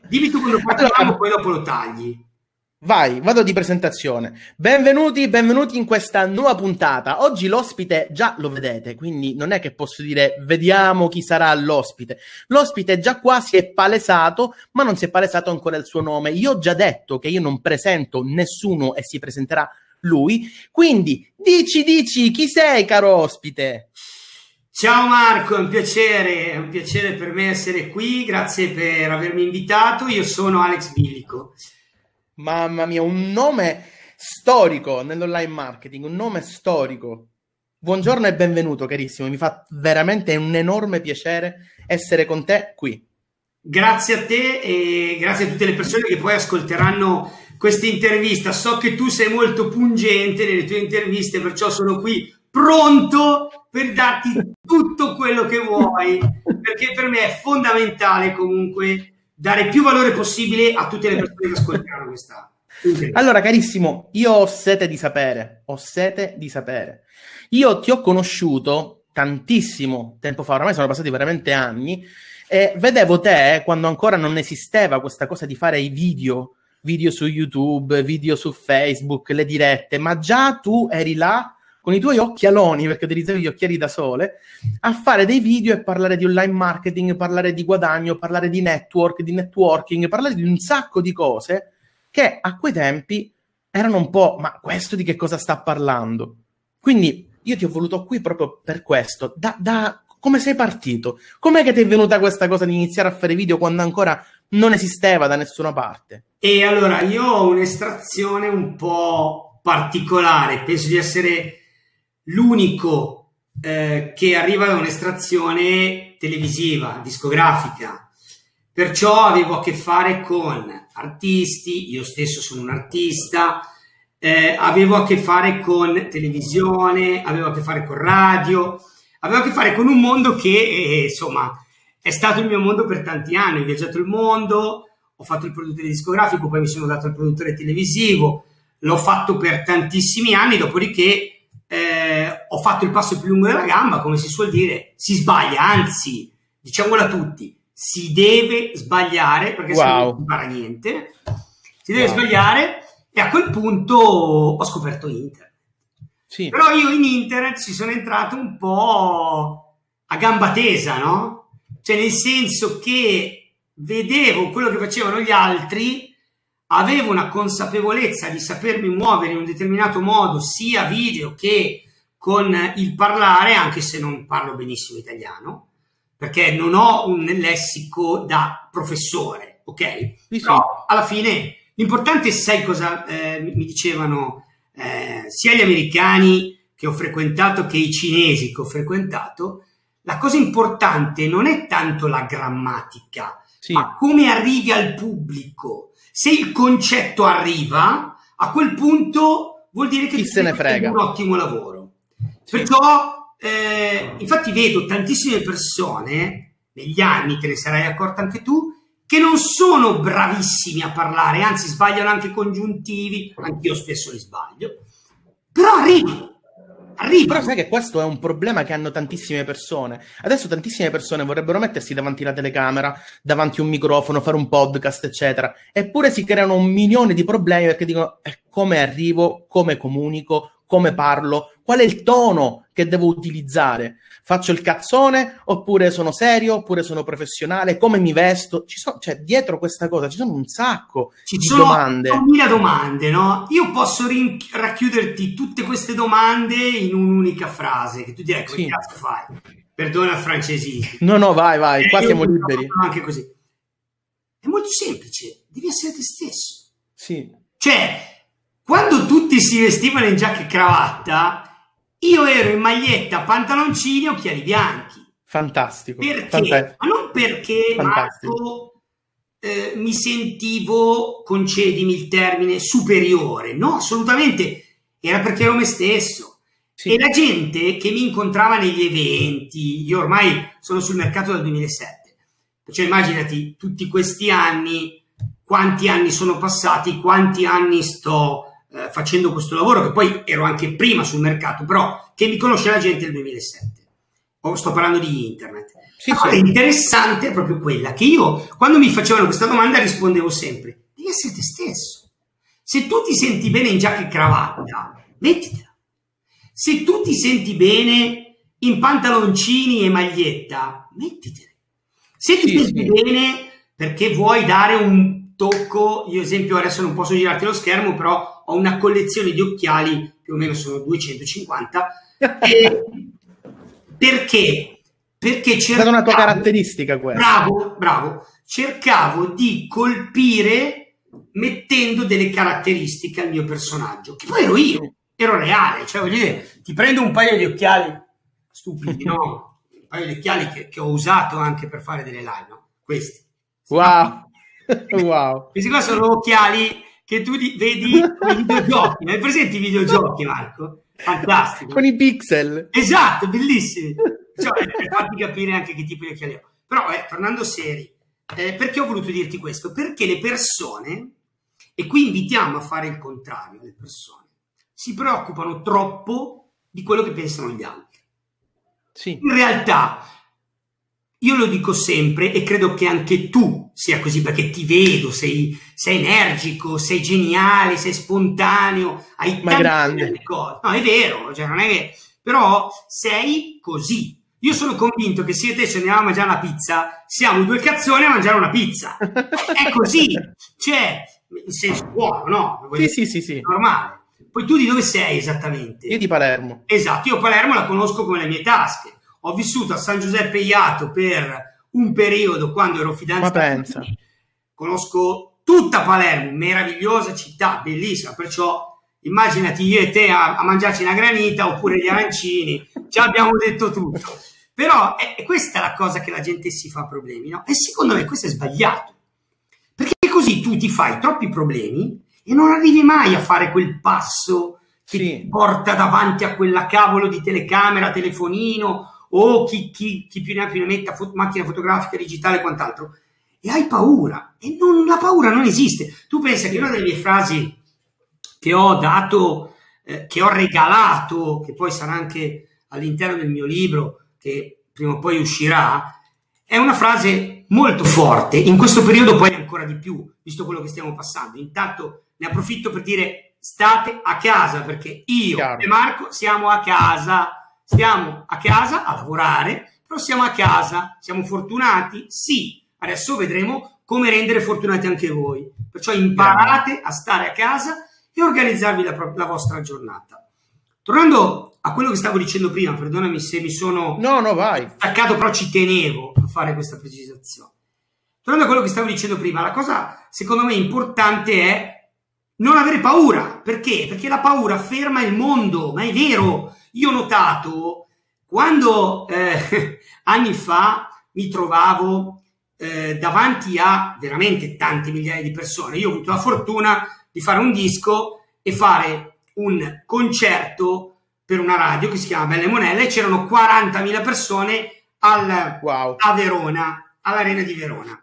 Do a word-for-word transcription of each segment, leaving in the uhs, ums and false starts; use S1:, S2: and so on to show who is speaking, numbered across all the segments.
S1: Dimmi tu quando partiamo, allora, poi dopo lo tagli.
S2: Vai, vado di presentazione. Benvenuti, benvenuti in questa nuova puntata. Oggi l'ospite già lo vedete, quindi non è che posso dire vediamo chi sarà l'ospite. L'ospite già qua si è palesato, ma non si è palesato ancora il suo nome. Io ho già detto che io non presento nessuno e si presenterà lui. Quindi dici, dici, chi sei, caro ospite?
S1: Ciao Marco, è un piacere, è un piacere per me essere qui. Grazie per avermi invitato. Io sono Alex Bilico.
S2: Mamma mia, un nome storico nell'online marketing, un nome storico. Buongiorno e benvenuto, carissimo. Mi fa veramente un enorme piacere essere con te qui.
S1: Grazie a te e grazie a tutte le persone che poi ascolteranno questa intervista. So che tu sei molto pungente nelle tue interviste, perciò sono qui pronto per darti tutto quello che vuoi, perché per me è fondamentale comunque dare più valore possibile a tutte le persone che ascolteranno questa.
S2: Allora, carissimo, io ho sete di sapere, ho sete di sapere. Io ti ho conosciuto tantissimo tempo fa, ormai sono passati veramente anni, e vedevo te quando ancora non esisteva questa cosa di fare i video, video su YouTube, video su Facebook, le dirette, ma già tu eri là con i tuoi occhialoni, perché utilizzavi gli occhiali da sole, a fare dei video e parlare di online marketing, parlare di guadagno, parlare di network, di networking, parlare di un sacco di cose che a quei tempi erano un po', ma questo di che cosa sta parlando? Quindi io ti ho voluto qui proprio per questo. Da, da come sei partito? Com'è che ti è venuta questa cosa di iniziare a fare video quando ancora non esisteva da nessuna parte?
S1: E allora, io ho un'estrazione un po' particolare, penso di essere l'unico eh, che arriva da un'estrazione televisiva, discografica, perciò avevo a che fare con artisti, io stesso sono un artista, eh, avevo a che fare con televisione, avevo a che fare con radio, avevo a che fare con un mondo che eh, insomma è stato il mio mondo per tanti anni. Ho viaggiato il mondo, ho fatto il produttore discografico, poi mi sono dato al produttore televisivo, l'ho fatto per tantissimi anni, dopodiché Eh, ho fatto il passo più lungo della gamba, come si suol dire. Si sbaglia, anzi, diciamolo a tutti, si deve sbagliare, perché
S2: wow.
S1: se no non si impara niente, si deve wow. sbagliare, e a quel punto ho scoperto internet.
S2: Sì.
S1: Però io in internet ci sono entrato un po' a gamba tesa, no? Cioè nel senso che vedevo quello che facevano gli altri, avevo una consapevolezza di sapermi muovere in un determinato modo, sia video che con il parlare, anche se non parlo benissimo italiano, perché non ho un lessico da professore, ok?
S2: Sì,
S1: Però
S2: sì.
S1: alla fine l'importante, sai cosa eh, mi dicevano eh, sia gli americani che ho frequentato che i cinesi che ho frequentato, la cosa importante non è tanto la grammatica,
S2: sì.
S1: ma come arrivi al pubblico. Se il concetto arriva, a quel punto vuol dire che
S2: chi se ne frega.
S1: Un ottimo lavoro. Sì. Perciò, eh, infatti vedo tantissime persone, negli anni, te ne sarai accorta anche tu, che non sono bravissimi a parlare, anzi sbagliano anche congiuntivi, anch'io spesso li sbaglio, però arrivano. Arriva.
S2: Però sai che questo è un problema che hanno tantissime persone. Adesso tantissime persone vorrebbero mettersi davanti alla telecamera, davanti a un microfono, fare un podcast, eccetera. Eppure si creano un milione di problemi perché dicono eh, come arrivo, come comunico, come parlo, qual è il tono che devo utilizzare. Faccio il cazzone oppure sono serio, oppure sono professionale, come mi vesto. Ci sono, cioè, dietro questa cosa ci sono un sacco
S1: ci
S2: di
S1: sono
S2: domande.
S1: Ci mille domande, no? Io posso rinch- racchiuderti tutte queste domande in un'unica frase, che tu direi come
S2: sì.
S1: cazzo fai? Perdona il francesismo.
S2: No, no, vai, vai,
S1: eh,
S2: qua siamo liberi.
S1: Anche così. È molto semplice, devi essere te stesso.
S2: Sì.
S1: Cioè, quando tutti si vestivano in giacca e cravatta, io ero in maglietta, pantaloncini e occhiali bianchi.
S2: Fantastico.
S1: Perché?
S2: Fantastico.
S1: Ma non perché, Marco, eh, mi sentivo, concedimi il termine, superiore. No, assolutamente. Era perché ero me stesso. Sì. E la gente che mi incontrava negli eventi, io ormai sono sul mercato dal duemilasette, cioè immaginati tutti questi anni, quanti anni sono passati, quanti anni sto eh, facendo questo lavoro, che poi ero anche prima sul mercato, però che mi conosce la gente nel duemilasette. o sto parlando di internet.
S2: Sì,
S1: La cosa
S2: sì.
S1: interessante è proprio quella che io, quando mi facevano questa domanda, rispondevo sempre: devi essere te stesso. Se tu ti senti bene in giacca e cravatta, mettitela. Se tu ti senti bene in pantaloncini e maglietta, mettitela. Se ti
S2: Sì,
S1: senti
S2: sì.
S1: bene perché vuoi dare un tocco, io esempio adesso non posso girarti lo schermo, però ho una collezione di occhiali, più o meno sono duecentocinquanta, e perché? Perché
S2: È stata una tua
S1: cercavo,
S2: caratteristica questa.
S1: bravo, bravo, cercavo di colpire mettendo delle caratteristiche al mio personaggio, che poi ero io, ero reale, cioè voglio dire, ti prendo un paio di occhiali stupidi, no? Un paio di occhiali che, che ho usato anche per fare delle live, no? Questi.
S2: Wow. Wow.
S1: Questi qua sono occhiali che tu di, vedi come videogiochi. Hai presente i videogiochi, Marco? Fantastico.
S2: Con i pixel.
S1: Esatto, bellissimi. Cioè, per farti capire anche che tipo di occhiali ho. Però, eh, tornando seri, eh, perché ho voluto dirti questo? Perché le persone, e qui invitiamo a fare il contrario, le persone, si preoccupano troppo di quello che pensano gli altri.
S2: Sì.
S1: In realtà, io lo dico sempre e credo che anche tu sia così, perché ti vedo, sei, sei energico, sei geniale, sei spontaneo, hai
S2: Ma grande.
S1: tante cose. No, è vero, cioè non è che... però sei così. Io sono convinto che se io e te ci andiamo a mangiare una pizza, siamo due cazzoni a mangiare una pizza. È così. Cioè, in senso buono, no?
S2: Sì, sì, sì, sì.
S1: Normale. Poi tu di dove sei esattamente?
S2: Io di Palermo.
S1: Esatto, io Palermo la conosco come le mie tasche. Ho vissuto a San Giuseppe Jato per un periodo quando ero fidanzato.
S2: Ma pensa.
S1: Conosco tutta Palermo, meravigliosa città, bellissima, perciò immaginati io e te a, a mangiarci una granita oppure gli arancini, già abbiamo detto tutto. Però è, è questa la cosa che la gente si fa problemi, no? E secondo me questo è sbagliato, perché così tu ti fai troppi problemi e non arrivi mai a fare quel passo che
S2: Sì.
S1: ti porta davanti a quella cavolo di telecamera, telefonino o chi, chi, chi più ne ha più ne metta, fo- macchina fotografica digitale e quant'altro, e hai paura, e non, la paura non esiste. Tu pensa che una delle mie frasi che ho dato, eh, che ho regalato, che poi sarà anche all'interno del mio libro che prima o poi uscirà, è una frase molto forte, in questo periodo poi ancora di più, visto quello che stiamo passando. Intanto ne approfitto per dire: state a casa, perché io
S2: Chiaro.
S1: e Marco siamo a casa. Stiamo a casa a lavorare, però siamo a casa, siamo fortunati? Sì, adesso vedremo come rendere fortunati anche voi. Perciò imparate a stare a casa e organizzarvi la, pro- la vostra giornata. Tornando a quello che stavo dicendo prima, perdonami se mi sono
S2: No, no, vai.
S1: staccato, però ci tenevo a fare questa precisazione. Tornando a quello che stavo dicendo prima, la cosa secondo me importante è non avere paura. Perché? Perché la paura ferma il mondo, ma è vero. Io ho notato, quando eh, anni fa mi trovavo eh, davanti a veramente tante migliaia di persone, io ho avuto la fortuna di fare un disco e fare un concerto per una radio che si chiama Belle Monelle, e c'erano quarantamila persone al,
S2: Wow.
S1: a Verona, all'Arena di Verona.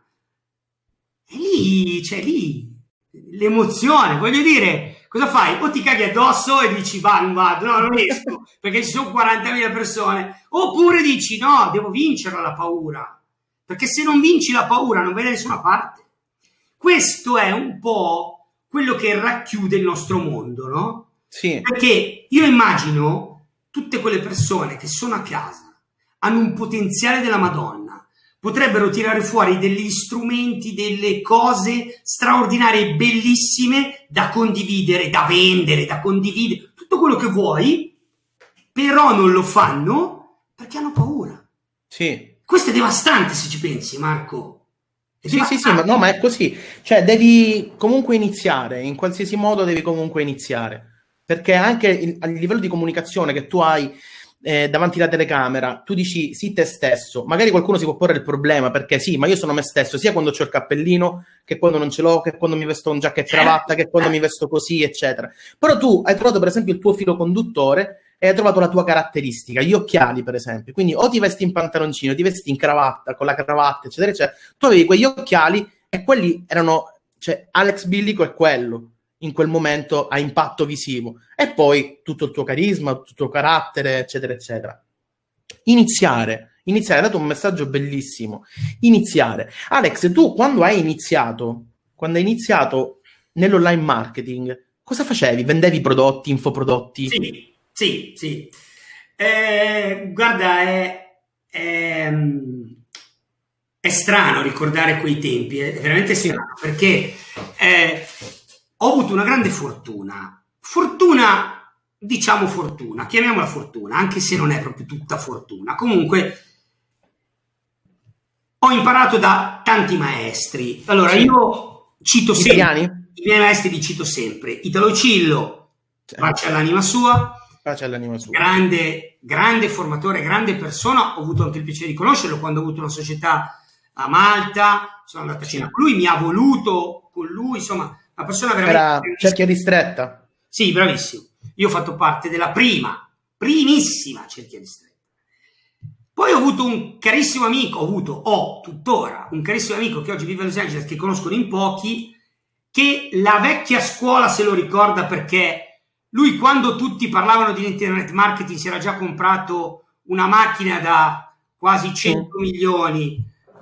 S1: E lì, cioè lì, l'emozione, voglio dire... Cosa fai? O ti caghi addosso e dici va, non vado, no, non esco, perché ci sono quarantamila persone. Oppure dici no, devo vincere la paura, perché se non vinci la paura non vai da nessuna parte. Questo è un po' quello che racchiude il nostro mondo, no?
S2: Sì.
S1: Perché io immagino tutte quelle persone che sono a casa, hanno un potenziale della Madonna, potrebbero tirare fuori degli strumenti, delle cose straordinarie, bellissime da condividere, da vendere, da condividere, tutto quello che vuoi, però non lo fanno perché hanno paura.
S2: Sì.
S1: Questo è devastante se ci pensi, Marco. È
S2: Sì, sì, sì, ma no, ma è così. Cioè, devi comunque iniziare, in qualsiasi modo devi comunque iniziare. Perché anche il, a livello di comunicazione che tu hai eh, davanti alla telecamera, tu dici sì te stesso. Magari qualcuno si può porre il problema, perché sì, ma io sono me stesso, sia quando c'ho il cappellino, che quando non ce l'ho, che quando mi vesto un giacca e cravatta, che quando mi vesto così, eccetera. Però tu hai trovato, per esempio, il tuo filo conduttore e hai trovato la tua caratteristica, gli occhiali, per esempio. Quindi o ti vesti in pantaloncino, ti vesti in cravatta, con la cravatta, eccetera, eccetera. Tu avevi quegli occhiali e quelli erano... Cioè, Alex Billico è quello. In quel momento a impatto visivo, e poi tutto il tuo carisma, tutto il tuo carattere, eccetera, eccetera. iniziare, iniziare, hai dato un messaggio bellissimo, iniziare. Alex, tu quando hai iniziato, quando hai iniziato nell'online marketing, cosa facevi? Vendevi prodotti, infoprodotti?
S1: Sì, sì, sì. Eh, guarda, è, è, è strano ricordare quei tempi, è veramente strano, sì. Perché eh, ho avuto una grande fortuna. Fortuna, diciamo fortuna, chiamiamola fortuna, anche se non è proprio tutta fortuna. Comunque, ho imparato da tanti maestri. Allora, sì. Io cito
S2: Italiani?
S1: sempre, i miei maestri li cito sempre. Italo Cillo, sì. Pace all'anima sua.
S2: Pace all'anima sua.
S1: Grande, grande formatore, grande persona. Ho avuto anche il piacere di conoscerlo quando ho avuto una società a Malta. Sono andato a cena con lui, mi ha voluto con lui, insomma, una persona veramente...
S2: Era cerchia ristretta.
S1: Sì, bravissimo. Io ho fatto parte della prima, primissima cerchia ristretta. Poi ho avuto un carissimo amico, ho avuto, ho tuttora, un carissimo amico che oggi vive a Los Angeles, che conoscono in pochi, che la vecchia scuola se lo ricorda perché lui, quando tutti parlavano di internet marketing, si era già comprato una macchina da quasi cento milioni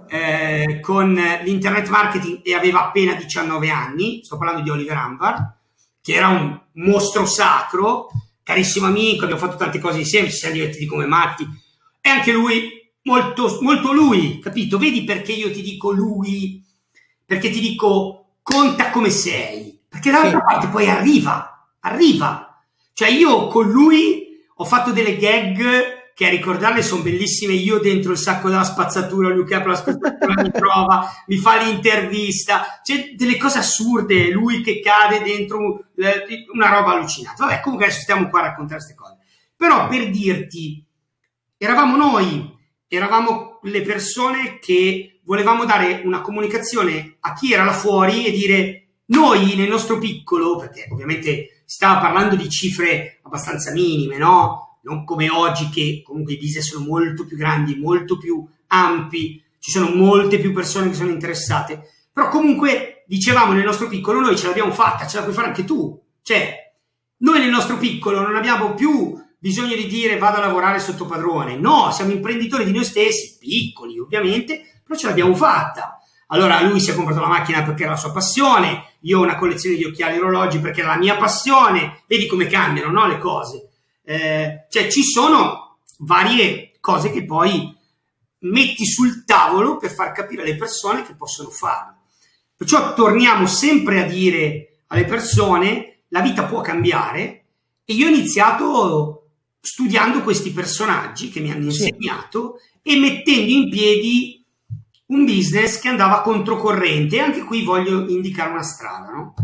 S1: eh, con l'internet marketing e aveva appena diciannove anni. Sto parlando di Oliver Anwar, che era un mostro sacro, carissimo amico, abbiamo fatto tante cose insieme, ci siamo divertiti come matti. E anche lui, molto, molto lui, capito? Vedi perché io ti dico lui? Perché ti dico conta come sei. Perché dall'altra sì. parte poi arriva, arriva. Cioè io con lui ho fatto delle gag che a ricordarle sono bellissime. Io dentro il sacco della spazzatura, lui che apre la spazzatura, mi prova, mi fa l'intervista. C'è delle cose assurde, lui che cade dentro una roba allucinante. Vabbè, comunque adesso stiamo qua a raccontare queste cose. Però per dirti... Eravamo noi, eravamo le persone che volevamo dare una comunicazione a chi era là fuori e dire noi nel nostro piccolo, perché ovviamente si stava parlando di cifre abbastanza minime, no? Non come oggi che comunque i business sono molto più grandi, molto più ampi, ci sono molte più persone che sono interessate, però comunque dicevamo nel nostro piccolo noi ce l'abbiamo fatta, ce la puoi fare anche tu, cioè noi nel nostro piccolo non abbiamo più bisogno di dire vado a lavorare sotto padrone. No, siamo imprenditori di noi stessi, piccoli ovviamente, però ce l'abbiamo fatta. Allora lui si è comprato la macchina perché era la sua passione, io ho una collezione di occhiali e orologi perché era la mia passione. Vedi come cambiano, no, le cose. Eh, cioè ci sono varie cose che poi metti sul tavolo per far capire alle persone che possono farlo. Perciò torniamo sempre a dire alle persone la vita può cambiare e io ho iniziato studiando questi personaggi che mi hanno insegnato sì. e mettendo in piedi un business che andava controcorrente. E anche qui voglio indicare una strada, no?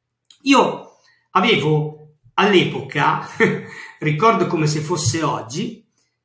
S1: Io avevo all'epoca, ricordo come se fosse oggi,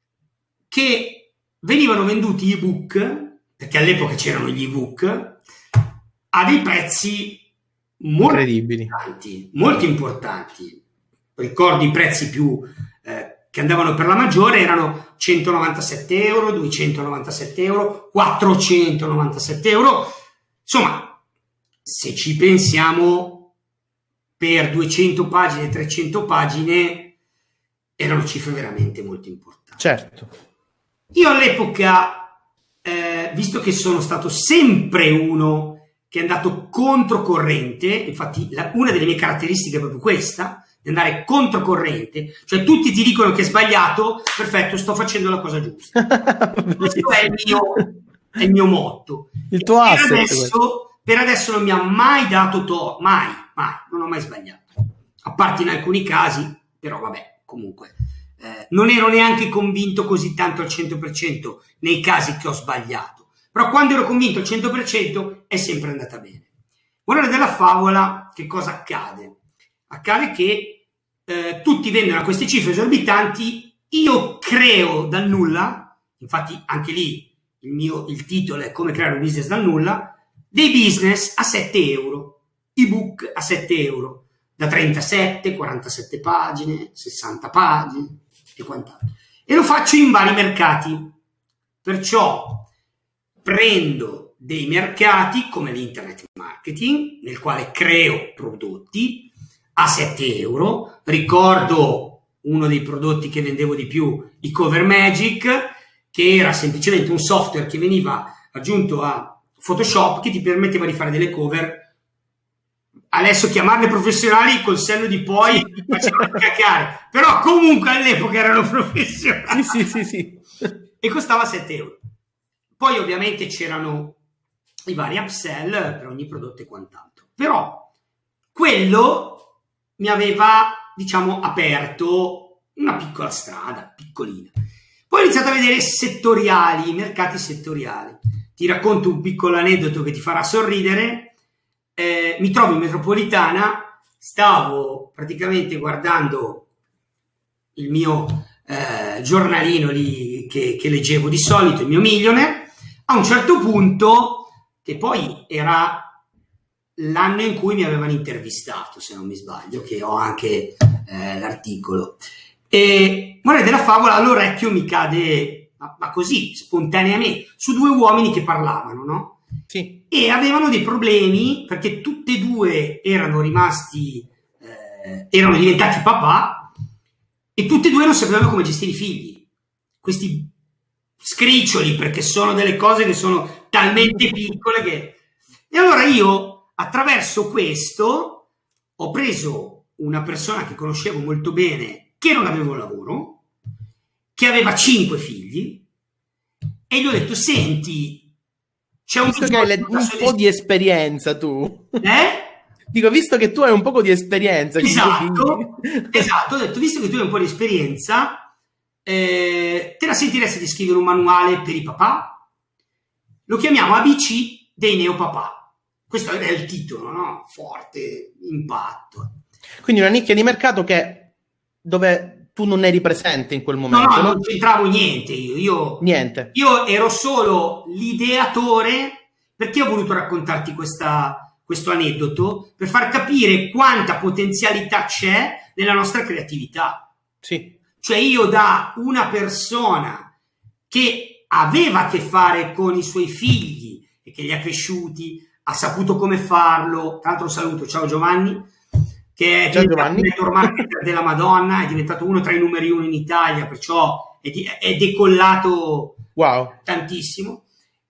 S1: che venivano venduti ebook, perché all'epoca c'erano gli ebook, a dei prezzi molto importanti, molto importanti. Ricordo i prezzi più... Eh, che andavano per la maggiore erano centonovantasette euro, duecentonovantasette euro, quattrocentonovantasette euro. Insomma, se ci pensiamo, per duecento pagine, trecento pagine, erano cifre veramente molto importanti.
S2: Certo.
S1: Io all'epoca, eh, visto che sono stato sempre uno che è andato controcorrente, infatti la, una delle mie caratteristiche è proprio questa, di andare controcorrente, cioè tutti ti dicono che è sbagliato, perfetto, sto facendo la cosa giusta. Questo è il mio, è il mio motto.
S2: Il tuo
S1: per,
S2: asset,
S1: adesso, per adesso non mi ha mai dato to, mai, mai, non ho mai sbagliato. A parte in alcuni casi, però vabbè, comunque, eh, non ero neanche convinto così tanto al cento per cento nei casi che ho sbagliato. Però quando ero convinto al cento per cento è sempre andata bene. Morale della favola, che cosa accade? Accade che eh, tutti vendono a queste cifre esorbitanti, io creo dal nulla, infatti anche lì il mio il titolo è come creare un business dal nulla, dei business a sette euro, ebook a sette euro, da trentasette, quarantasette pagine, sessanta pagine e quant'altro. E lo faccio in vari mercati, perciò prendo dei mercati come l'internet marketing, nel quale creo prodotti a sette euro. Ricordo uno dei prodotti che vendevo di più, i Cover Magic, che era semplicemente un software che veniva aggiunto a Photoshop che ti permetteva di fare delle cover. Adesso chiamarle professionali col senno di poi facevano cacare, però comunque all'epoca erano professionali.
S2: Sì, sì, sì, sì.
S1: E costava sette euro. Poi ovviamente c'erano i vari upsell per ogni prodotto e quant'altro. Però quello mi aveva, diciamo, aperto una piccola strada, piccolina. Poi ho iniziato a vedere settoriali, mercati settoriali. Ti racconto un piccolo aneddoto che ti farà sorridere. Eh, mi trovo in metropolitana, stavo praticamente guardando il mio eh, giornalino lì che, che leggevo di solito, il mio Millionaire, a un certo punto, che poi era l'anno in cui mi avevano intervistato, se non mi sbaglio, che ho anche eh, l'articolo, e morale della favola, all'orecchio mi cade, ma, ma così, spontaneamente, su due uomini che parlavano, no?
S2: Sì.
S1: E avevano dei problemi perché tutti e due erano rimasti, eh, erano diventati papà e tutti e due non sapevano come gestire i figli. Questi scriccioli, perché sono delle cose che sono talmente piccole che... E allora io, attraverso questo, ho preso una persona che conoscevo molto bene, che non aveva un lavoro, che aveva cinque figli, e gli ho detto, senti... C'è un,
S2: visto che hai le, un po' di esperienza tu,
S1: eh?
S2: Dico, visto che tu hai un po' di esperienza,
S1: esatto, esatto, ho detto, visto che tu hai un po' di esperienza, eh, te la sentiresti di scrivere un manuale per i papà? Lo chiamiamo A B C dei neopapà. Questo è il titolo, no? Forte, impatto.
S2: Quindi una nicchia di mercato che dove tu non eri presente in quel momento.
S1: No, no,
S2: no?
S1: non c'entravo niente io. io.
S2: Niente.
S1: Io ero solo l'ideatore, perché ho voluto raccontarti questa, questo aneddoto, per far capire quanta potenzialità c'è nella nostra creatività.
S2: Sì.
S1: Cioè io da una persona che aveva a che fare con i suoi figli e che li ha cresciuti, ha saputo come farlo, tra l'altro saluto, ciao Giovanni, che è diventato un network marketer della Madonna, è diventato uno tra i numeri uno in Italia, perciò è, di, è decollato
S2: wow.
S1: tantissimo.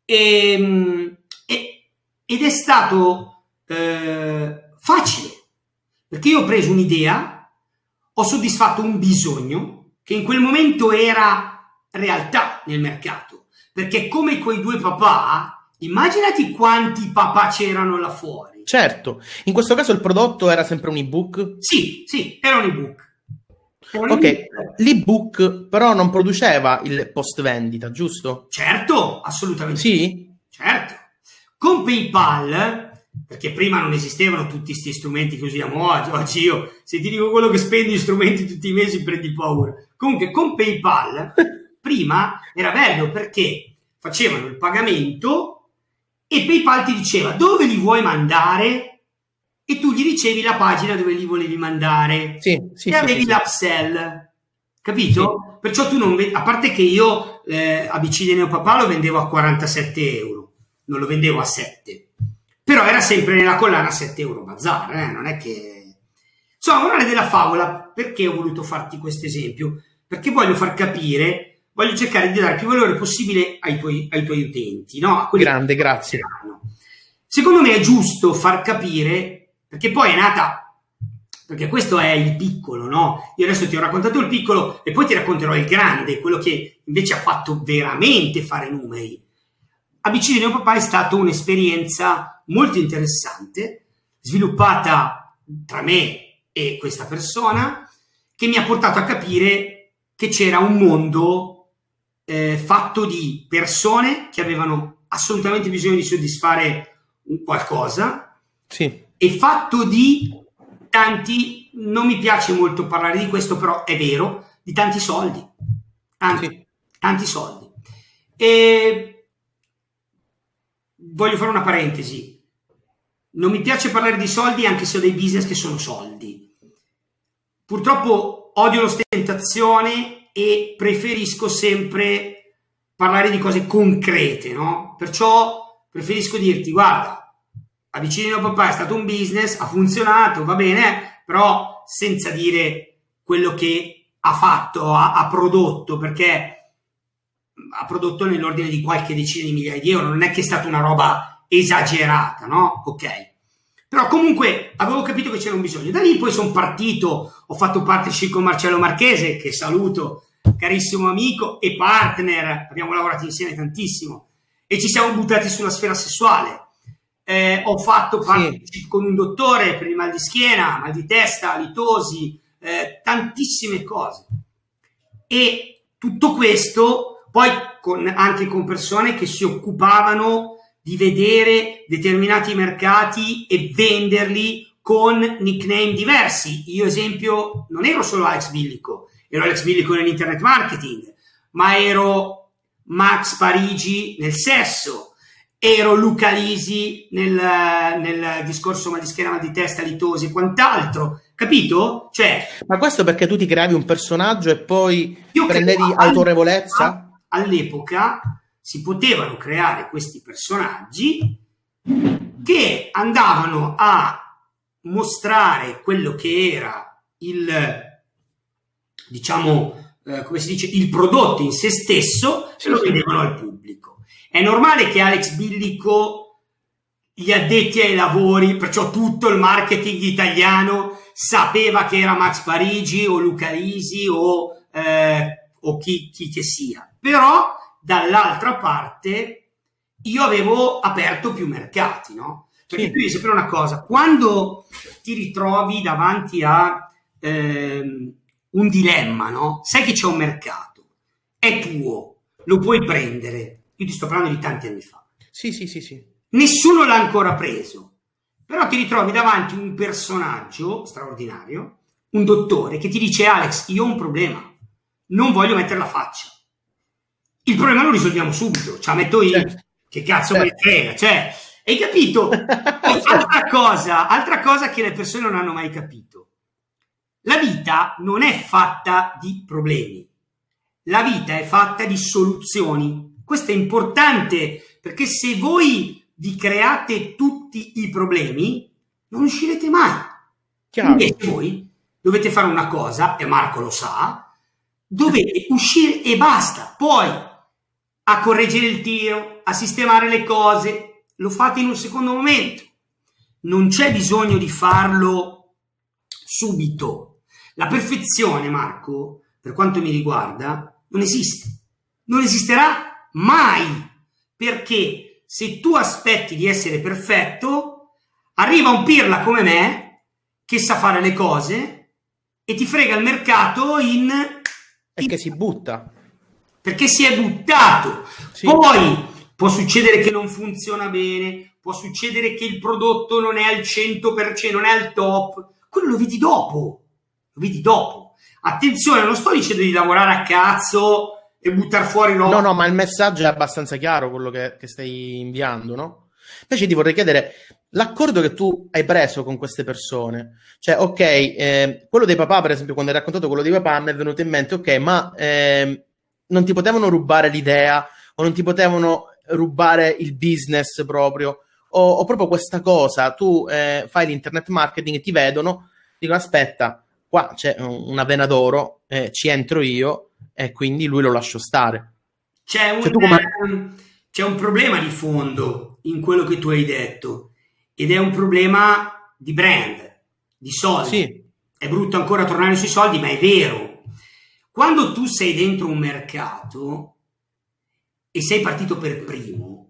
S1: E, e, ed è stato eh, facile, perché io ho preso un'idea, ho soddisfatto un bisogno che in quel momento era realtà nel mercato, perché come quei due papà, immaginati quanti papà c'erano là fuori.
S2: Certo, in questo caso il prodotto era sempre un ebook?
S1: Sì, sì, era un ebook. Era un
S2: ok,
S1: ebook.
S2: L'ebook però non produceva il post vendita, giusto?
S1: Certo, assolutamente.
S2: Sì?
S1: Certo. Con PayPal, perché prima non esistevano tutti questi strumenti che usiamo oggi, oggi io, se ti dico quello che spendi in strumenti tutti i mesi prendi paura. Comunque con PayPal, prima era bello perché facevano il pagamento e PayPal ti diceva dove li vuoi mandare e tu gli dicevi la pagina dove li volevi mandare,
S2: sì, sì,
S1: e
S2: sì,
S1: avevi
S2: sì,
S1: l'upsell, capito? Sì. Perciò tu non vedi, a parte che io eh, A B C dei neopapà lo vendevo a quarantasette euro, non lo vendevo a sette, però era sempre nella collana sette euro bazar, eh? Non è che... Insomma, morale della favola, perché ho voluto farti questo esempio? Perché voglio far capire... Voglio cercare di dare più valore possibile ai tuoi, ai tuoi utenti, no? A
S2: Grande, grazie.
S1: Secondo me è giusto far capire, perché poi è nata, perché questo è il piccolo, no? Io adesso ti ho raccontato il piccolo e poi ti racconterò il grande, quello che invece ha fatto veramente fare numeri. A B C di neopapà è stata un'esperienza molto interessante, sviluppata tra me e questa persona, che mi ha portato a capire che c'era un mondo Eh, fatto di persone che avevano assolutamente bisogno di soddisfare un qualcosa,
S2: sì.
S1: E fatto di tanti, non mi piace molto parlare di questo, però è vero, di tanti soldi, tanti, sì. tanti soldi. E voglio fare una parentesi, non mi piace parlare di soldi anche se ho dei business che sono soldi, purtroppo odio l'ostentazione e preferisco sempre parlare di cose concrete, no? Perciò preferisco dirti, guarda, A B C di neopapà è stato un business, ha funzionato, va bene, però senza dire quello che ha fatto, ha, ha prodotto, perché ha prodotto nell'ordine di qualche decina di migliaia di euro, non è che è stata una roba esagerata, no? Ok. Però comunque avevo capito che c'era un bisogno. Da lì poi sono partito, ho fatto partnership con Marcello Marchese, che saluto, carissimo amico e partner, abbiamo lavorato insieme tantissimo e ci siamo buttati sulla sfera sessuale. Eh, ho fatto partnership sì. con un dottore per il mal di schiena, mal di testa, litosi, eh, tantissime cose. E tutto questo poi con, anche con persone che si occupavano di vedere determinati mercati e venderli con nickname diversi. Io esempio non ero solo Alex Billico, ero Alex Billico nell'internet marketing, ma ero Max Parigi nel sesso, ero Luca Lisi nel, nel discorso mal di schiena, mal di testa, litosi e quant'altro, capito? Cioè,
S2: ma questo perché tu ti creavi un personaggio e poi prendevi autorevolezza?
S1: All'epoca si potevano creare questi personaggi che andavano a mostrare quello che era il, diciamo, eh, come si dice, il prodotto in se stesso e lo vendevano al pubblico. È normale che Alex Billico, gli addetti ai lavori, perciò tutto il marketing italiano sapeva che era Max Parigi o Luca Lisi o, eh, o chi, chi che sia. Però dall'altra parte io avevo aperto più mercati, no? Perché sì. tu devi sapere una cosa, quando ti ritrovi davanti a ehm, un dilemma, no? Sai che c'è un mercato, è tuo, lo puoi prendere, io ti sto parlando di tanti anni fa.
S2: Sì, sì, sì, sì.
S1: Nessuno l'ha ancora preso, però ti ritrovi davanti a un personaggio straordinario, un dottore che ti dice: Alex, io ho un problema, non voglio mettere la faccia. Il problema lo risolviamo subito, ce la metto io, certo. che cazzo certo. me ne frega, cioè, hai capito? altra cosa, altra cosa che le persone non hanno mai capito. La vita non è fatta di problemi, la vita è fatta di soluzioni. Questo è importante, perché se voi vi create tutti i problemi, non uscirete mai. Chiaro. Invece voi dovete fare una cosa, e Marco lo sa, dovete uscire e basta. Poi a correggere il tiro, a sistemare le cose, lo fate in un secondo momento. Non c'è bisogno di farlo subito. La perfezione, Marco, per quanto mi riguarda, non esiste. Non esisterà mai. Perché se tu aspetti di essere perfetto, arriva un pirla come me, che sa fare le cose, e ti frega il mercato in...
S2: E che si butta.
S1: Perché si è buttato. Sì. Poi può succedere che non funziona bene, può succedere che il prodotto non è al cento per cento, non è al top. Quello lo vedi dopo. Lo vedi dopo. Attenzione, non sto dicendo di lavorare a cazzo e buttare fuori roba.
S2: No, no, ma il messaggio è abbastanza chiaro, quello che, che stai inviando, no? Invece ti vorrei chiedere l'accordo che tu hai preso con queste persone. Cioè, ok, eh, quello dei papà, per esempio, quando hai raccontato quello dei papà, mi è venuto in mente, ok, ma... Eh, non ti potevano rubare l'idea o non ti potevano rubare il business proprio o, o proprio questa cosa, tu eh, fai l'internet marketing e ti vedono, dicono aspetta, qua c'è una vena d'oro, eh, ci entro io e quindi lui lo lascio stare.
S1: C'è un, cioè, tu come... c'è un problema di fondo in quello che tu hai detto ed è un problema di brand, di soldi.
S2: Sì.
S1: È brutto ancora tornare sui soldi, ma è vero. Quando tu sei dentro un mercato e sei partito per primo,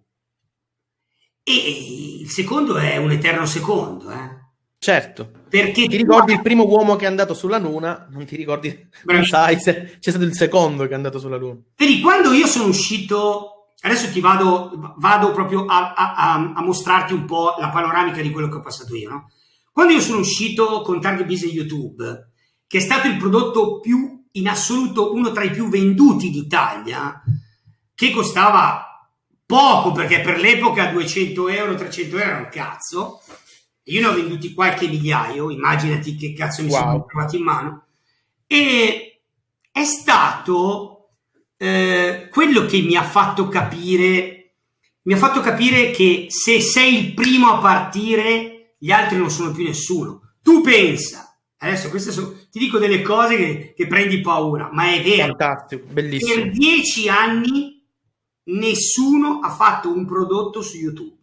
S1: e il secondo è un eterno secondo, eh?
S2: Certo.
S1: Perché
S2: ti ricordi tu... il primo uomo che è andato sulla Luna, non ti ricordi, non sai se c'è stato il secondo che è andato sulla Luna.
S1: Vedi, quando io sono uscito, adesso ti vado, vado proprio a, a, a mostrarti un po' la panoramica di quello che ho passato io, no? Quando io sono uscito con Target Business YouTube, che è stato il prodotto più in assoluto uno tra i più venduti d'Italia, che costava poco, perché per l'epoca duecento euro, trecento euro era un cazzo, io ne ho venduti qualche migliaio, immaginati che cazzo mi wow. sono trovato in mano, e è stato eh, quello che mi ha fatto capire, mi ha fatto capire che se sei il primo a partire, gli altri non sono più nessuno. Tu pensa, adesso queste sono, ti dico delle cose che, che prendi paura, ma è vero.
S2: Fantastico, bellissimo.
S1: Per dieci anni nessuno ha fatto un prodotto su YouTube.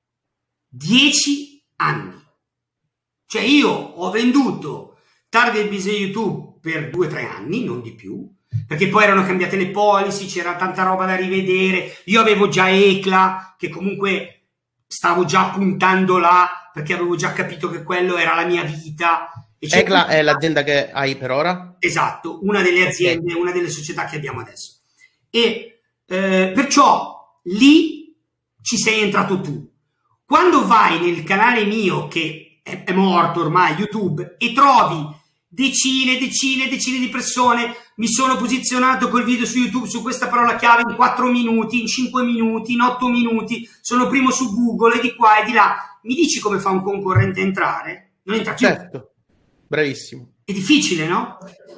S1: Dieci anni. Cioè io ho venduto Target Business YouTube per due o tre anni, non di più, perché poi erano cambiate le policy, c'era tanta roba da rivedere, io avevo già E C L A, che comunque stavo già puntando là, perché avevo già capito che quello era la mia vita.
S2: E E C L A è l'azienda che hai per ora?
S1: Esatto, una delle aziende, okay. Una delle società che abbiamo adesso. E eh, perciò lì ci sei entrato tu. Quando vai nel canale mio, che è, è morto ormai, YouTube, e trovi decine, decine, decine di persone, mi sono posizionato col video su YouTube su questa parola chiave in quattro minuti, in cinque minuti, in otto minuti, sono primo su Google e di qua e di là. Mi dici come fa un concorrente a entrare? Non entra più.
S2: Certo, bravissimo.
S1: È difficile, no?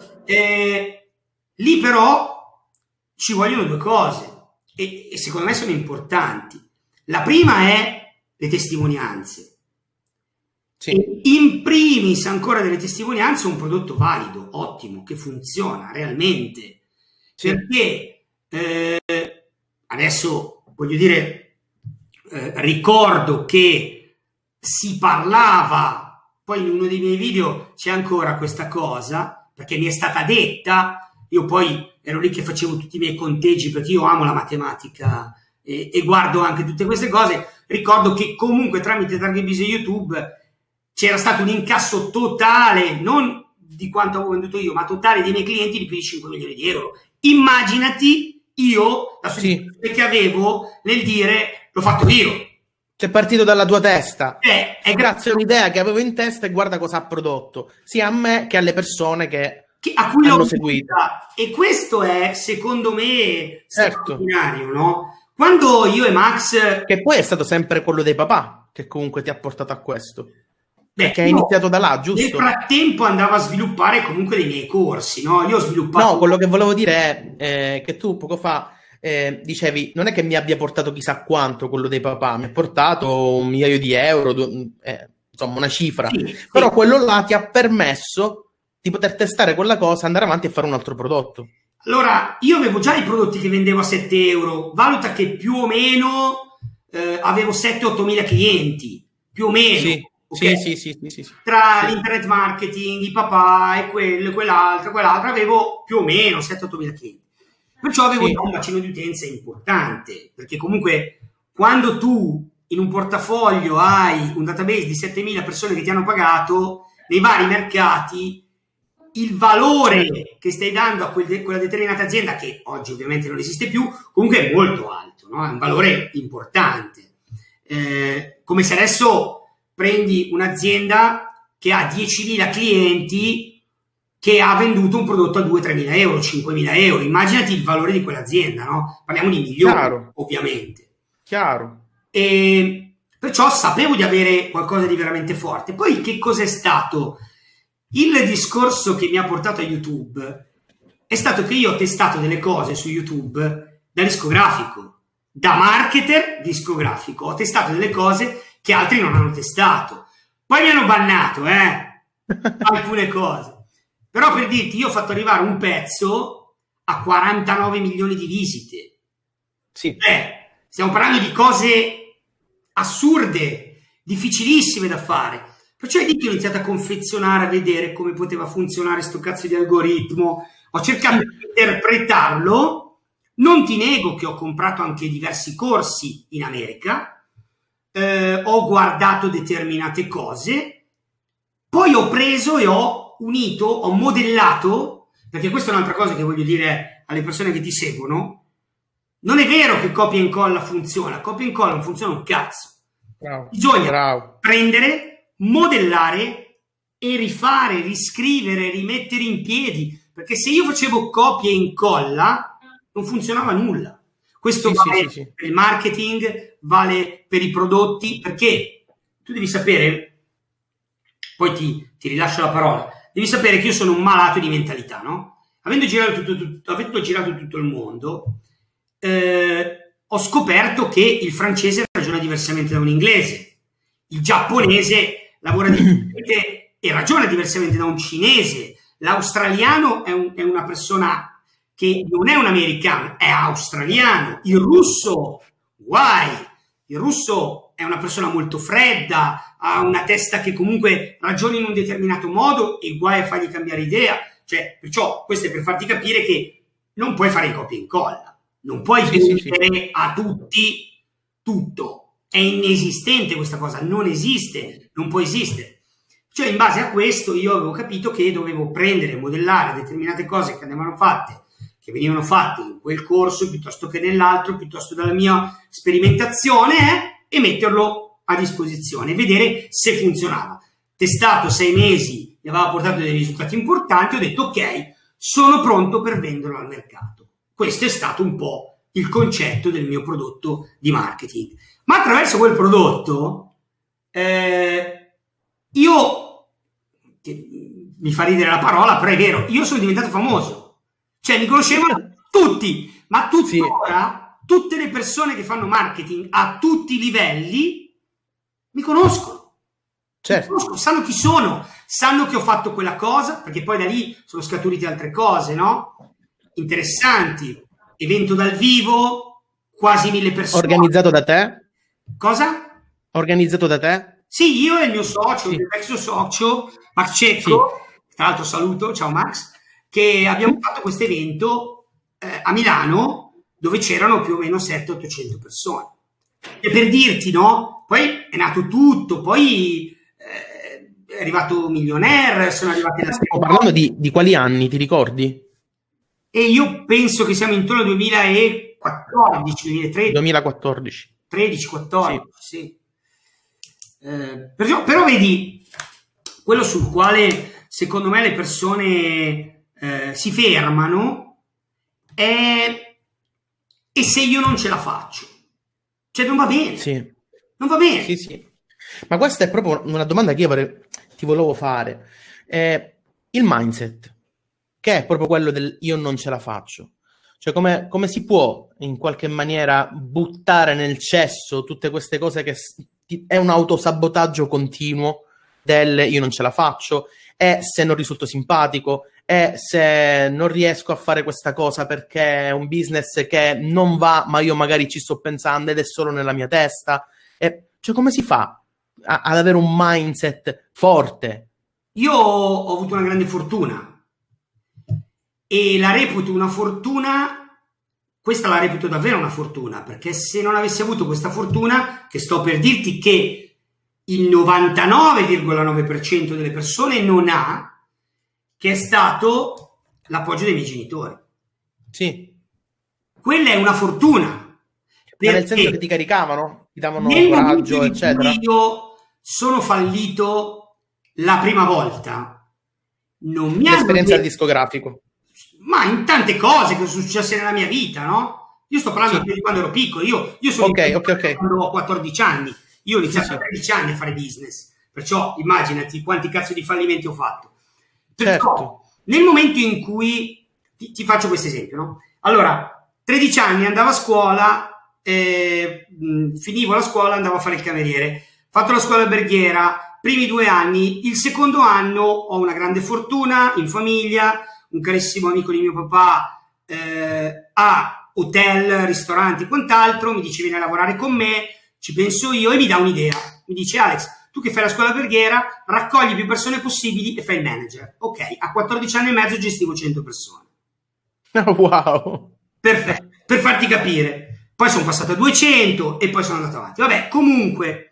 S1: Eh, lì però ci vogliono due cose e, e secondo me sono importanti. La prima è le testimonianze.
S2: Sì.
S1: E in primis ancora delle testimonianze, un prodotto valido, ottimo, che funziona realmente. Sì. Perché eh, adesso voglio dire, eh, ricordo che si parlava, poi in uno dei miei video c'è ancora questa cosa, perché mi è stata detta, io poi ero lì che facevo tutti i miei conteggi, perché io amo la matematica e, e guardo anche tutte queste cose. Ricordo che comunque tramite Target Business YouTube c'era stato un incasso totale, non di quanto avevo venduto io, ma totale dei miei clienti di più di cinque milioni di euro. Immaginati io la soddisfazione sì. che avevo nel dire l'ho fatto io.
S2: C'è partito dalla tua testa.
S1: Eh, è
S2: grazie a un'idea che avevo in testa e guarda cosa ha prodotto, sia a me che alle persone che,
S1: che a cui
S2: hanno
S1: l'ho
S2: seguito.
S1: E questo è, secondo me,
S2: certo.
S1: straordinario, no? Quando io e Max...
S2: Che poi è stato sempre quello dei papà che comunque ti ha portato a questo.
S1: Beh,
S2: che hai iniziato da là, giusto?
S1: Nel frattempo andavo a sviluppare comunque dei miei corsi, no? Io ho sviluppato...
S2: No, quello che volevo dire è eh, che tu poco fa eh, dicevi, non è che mi abbia portato chissà quanto quello dei papà, mi ha portato un migliaio di euro, eh, insomma una cifra,
S1: sì,
S2: però
S1: sì.
S2: quello là ti ha permesso di poter testare quella cosa, andare avanti e fare un altro prodotto.
S1: Allora, io avevo già i prodotti che vendevo a sette euro, valuta che più o meno eh, avevo sette otto mila clienti, più o meno.
S2: Sì.
S1: Okay?
S2: Sì, sì, sì, sì, sì.
S1: Tra
S2: sì.
S1: l'internet marketing, i papà e quello, quell'altro, quell'altro, avevo più o meno sette otto mila clienti. Perciò avevo
S2: sì.
S1: un bacino di utenza importante, perché comunque quando tu in un portafoglio hai un database di settemila persone che ti hanno pagato, nei vari mercati, il valore che stai dando a quel de- quella determinata azienda, che oggi ovviamente non esiste più, comunque è molto alto, no? È un valore importante. Eh, come se adesso prendi un'azienda che ha diecimila clienti che ha venduto un prodotto a due tre mila euro, cinquemila euro. Immaginati il valore di quell'azienda, no? Parliamo di milioni,
S2: Chiaro.
S1: Ovviamente.
S2: Chiaro.
S1: E perciò sapevo di avere qualcosa di veramente forte. Poi che cos'è stato? Il discorso che mi ha portato a YouTube è stato che io ho testato delle cose su YouTube da discografico, da marketer discografico. Ho testato delle cose che altri non hanno testato. Poi mi hanno bannato, eh, alcune cose. Però per dirti, io ho fatto arrivare un pezzo a quarantanove milioni di visite.
S2: Sì.
S1: Eh, stiamo parlando di cose assurde, difficilissime da fare. Perciò è lì che ho iniziato a confezionare, a vedere come poteva funzionare sto cazzo di algoritmo. Ho cercato di interpretarlo. Non ti nego che ho comprato anche diversi corsi in America. Eh, ho guardato determinate cose, poi ho preso e ho unito, ho modellato, perché questa è un'altra cosa che voglio dire alle persone che ti seguono. Non è vero che copia e incolla funziona, copia e incolla non funziona un cazzo.
S2: Bravo.
S1: Bisogna
S2: Bravo.
S1: prendere, modellare e rifare, riscrivere, rimettere in piedi, perché se io facevo copia e incolla non funzionava nulla. Questo
S2: sì,
S1: vale
S2: sì, sì, sì.
S1: per il marketing, vale per i prodotti, perché tu devi sapere, poi ti, ti rilascio la parola, devi sapere che io sono un malato di mentalità, no? Avendo girato tutto, tutto, avendo girato tutto il mondo, eh, ho scoperto che il francese ragiona diversamente da un inglese, il giapponese lavora diversamente e ragiona diversamente da un cinese, l'australiano è, un, è una persona che non è un americano, è australiano. Il russo, guai, il russo è una persona molto fredda, ha una testa che comunque ragiona in un determinato modo e guai a fargli cambiare idea. Cioè, perciò questo è per farti capire che non puoi fare il copia e incolla, non puoi
S2: sì, sì, sì.
S1: a tutti tutto. È inesistente questa cosa, non esiste, non può esistere. Cioè, in base a questo io avevo capito che dovevo prendere e modellare determinate cose che andavano fatte, che venivano fatte in quel corso piuttosto che nell'altro, piuttosto dalla mia sperimentazione, eh, e metterlo a disposizione e vedere se funzionava. Testato sei mesi, mi aveva portato dei risultati importanti, ho detto ok, sono pronto per venderlo al mercato. Questo è stato un po' il concetto del mio prodotto di marketing. Ma attraverso quel prodotto eh, io, mi fa ridere la parola, però è vero, io sono diventato famoso. Cioè mi conoscevano tutti, ma tuttora tutte le persone che fanno marketing a tutti i livelli mi conoscono.
S2: Certo.
S1: Mi conoscono, sanno chi sono, sanno che ho fatto quella cosa, perché poi da lì sono scaturite altre cose, no? Interessanti. Evento dal vivo, quasi mille persone.
S2: Organizzato da te?
S1: Cosa?
S2: Organizzato da te?
S1: Sì, io e il mio socio,
S2: sì.
S1: il ex socio, Max Cecco, sì. Tra l'altro saluto, ciao Max, che abbiamo fatto questo evento eh, a Milano, dove c'erano più o meno settecento ottocento persone. E per dirti, no? Poi è nato tutto, poi eh, è arrivato Millionaire, sono arrivati...
S2: Stiamo parlando di, di quali anni, ti ricordi?
S1: E io penso che siamo intorno al duemilaquattordici, duemilatredici.
S2: duemilaquattordici.
S1: tredici, quattordici, sì. sì. Eh, però, però vedi, quello sul quale secondo me le persone eh, si fermano è e se io non ce la faccio? Cioè non va bene.
S2: Sì.
S1: Non va bene.
S2: Sì, sì. Ma questa è proprio una domanda che io vorrei, ti volevo fare. Eh, il mindset, che è proprio quello del io non ce la faccio. Cioè come, come si può in qualche maniera buttare nel cesso tutte queste cose che è un autosabotaggio continuo del io non ce la faccio, e se non risulto simpatico, e se non riesco a fare questa cosa perché è un business che non va, ma io magari ci sto pensando ed è solo nella mia testa. E, cioè come si fa a, ad avere un mindset forte?
S1: Io ho avuto una grande fortuna e la reputo una fortuna, questa la reputo davvero una fortuna, perché se non avessi avuto questa fortuna, che sto per dirti che il novantanove virgola nove per cento delle persone non ha, che è stato l'appoggio dei miei genitori.
S2: Sì.
S1: Quella è una fortuna.
S2: Ma nel senso che ti caricavano, ti davano
S1: nel
S2: coraggio, eccetera.
S1: Io sono fallito la prima volta. Non mi
S2: L'esperienza
S1: hanno...
S2: al discografico.
S1: Ma in tante cose che sono successe nella mia vita, no? Io sto parlando sì. di quando ero piccolo. Io, io sono
S2: okay, okay, okay.
S1: quando ho quattordici anni. Io ho iniziato
S2: sì,
S1: a tredici anni a fare business. Perciò immaginati quanti cazzo di fallimenti ho fatto. Perciò,
S2: certo.
S1: Nel momento in cui ti, ti faccio questo esempio, no? Allora, tredici anni, andavo a scuola, eh, mh, finivo la scuola, andavo a fare il cameriere. Fatto la scuola alberghiera, primi due anni. Il secondo anno ho una grande fortuna in famiglia, un carissimo amico di mio papà eh, ha hotel, ristoranti e quant'altro, mi dice vieni a lavorare con me, ci penso io e mi dà un'idea. Mi dice Alex, tu che fai la scuola alberghiera, raccogli più persone possibili e fai il manager. Ok, a quattordici anni e mezzo gestivo cento persone.
S2: Oh, wow!
S1: Perfetto, per farti capire. Poi sono passato a duecento e poi sono andato avanti. Vabbè, comunque,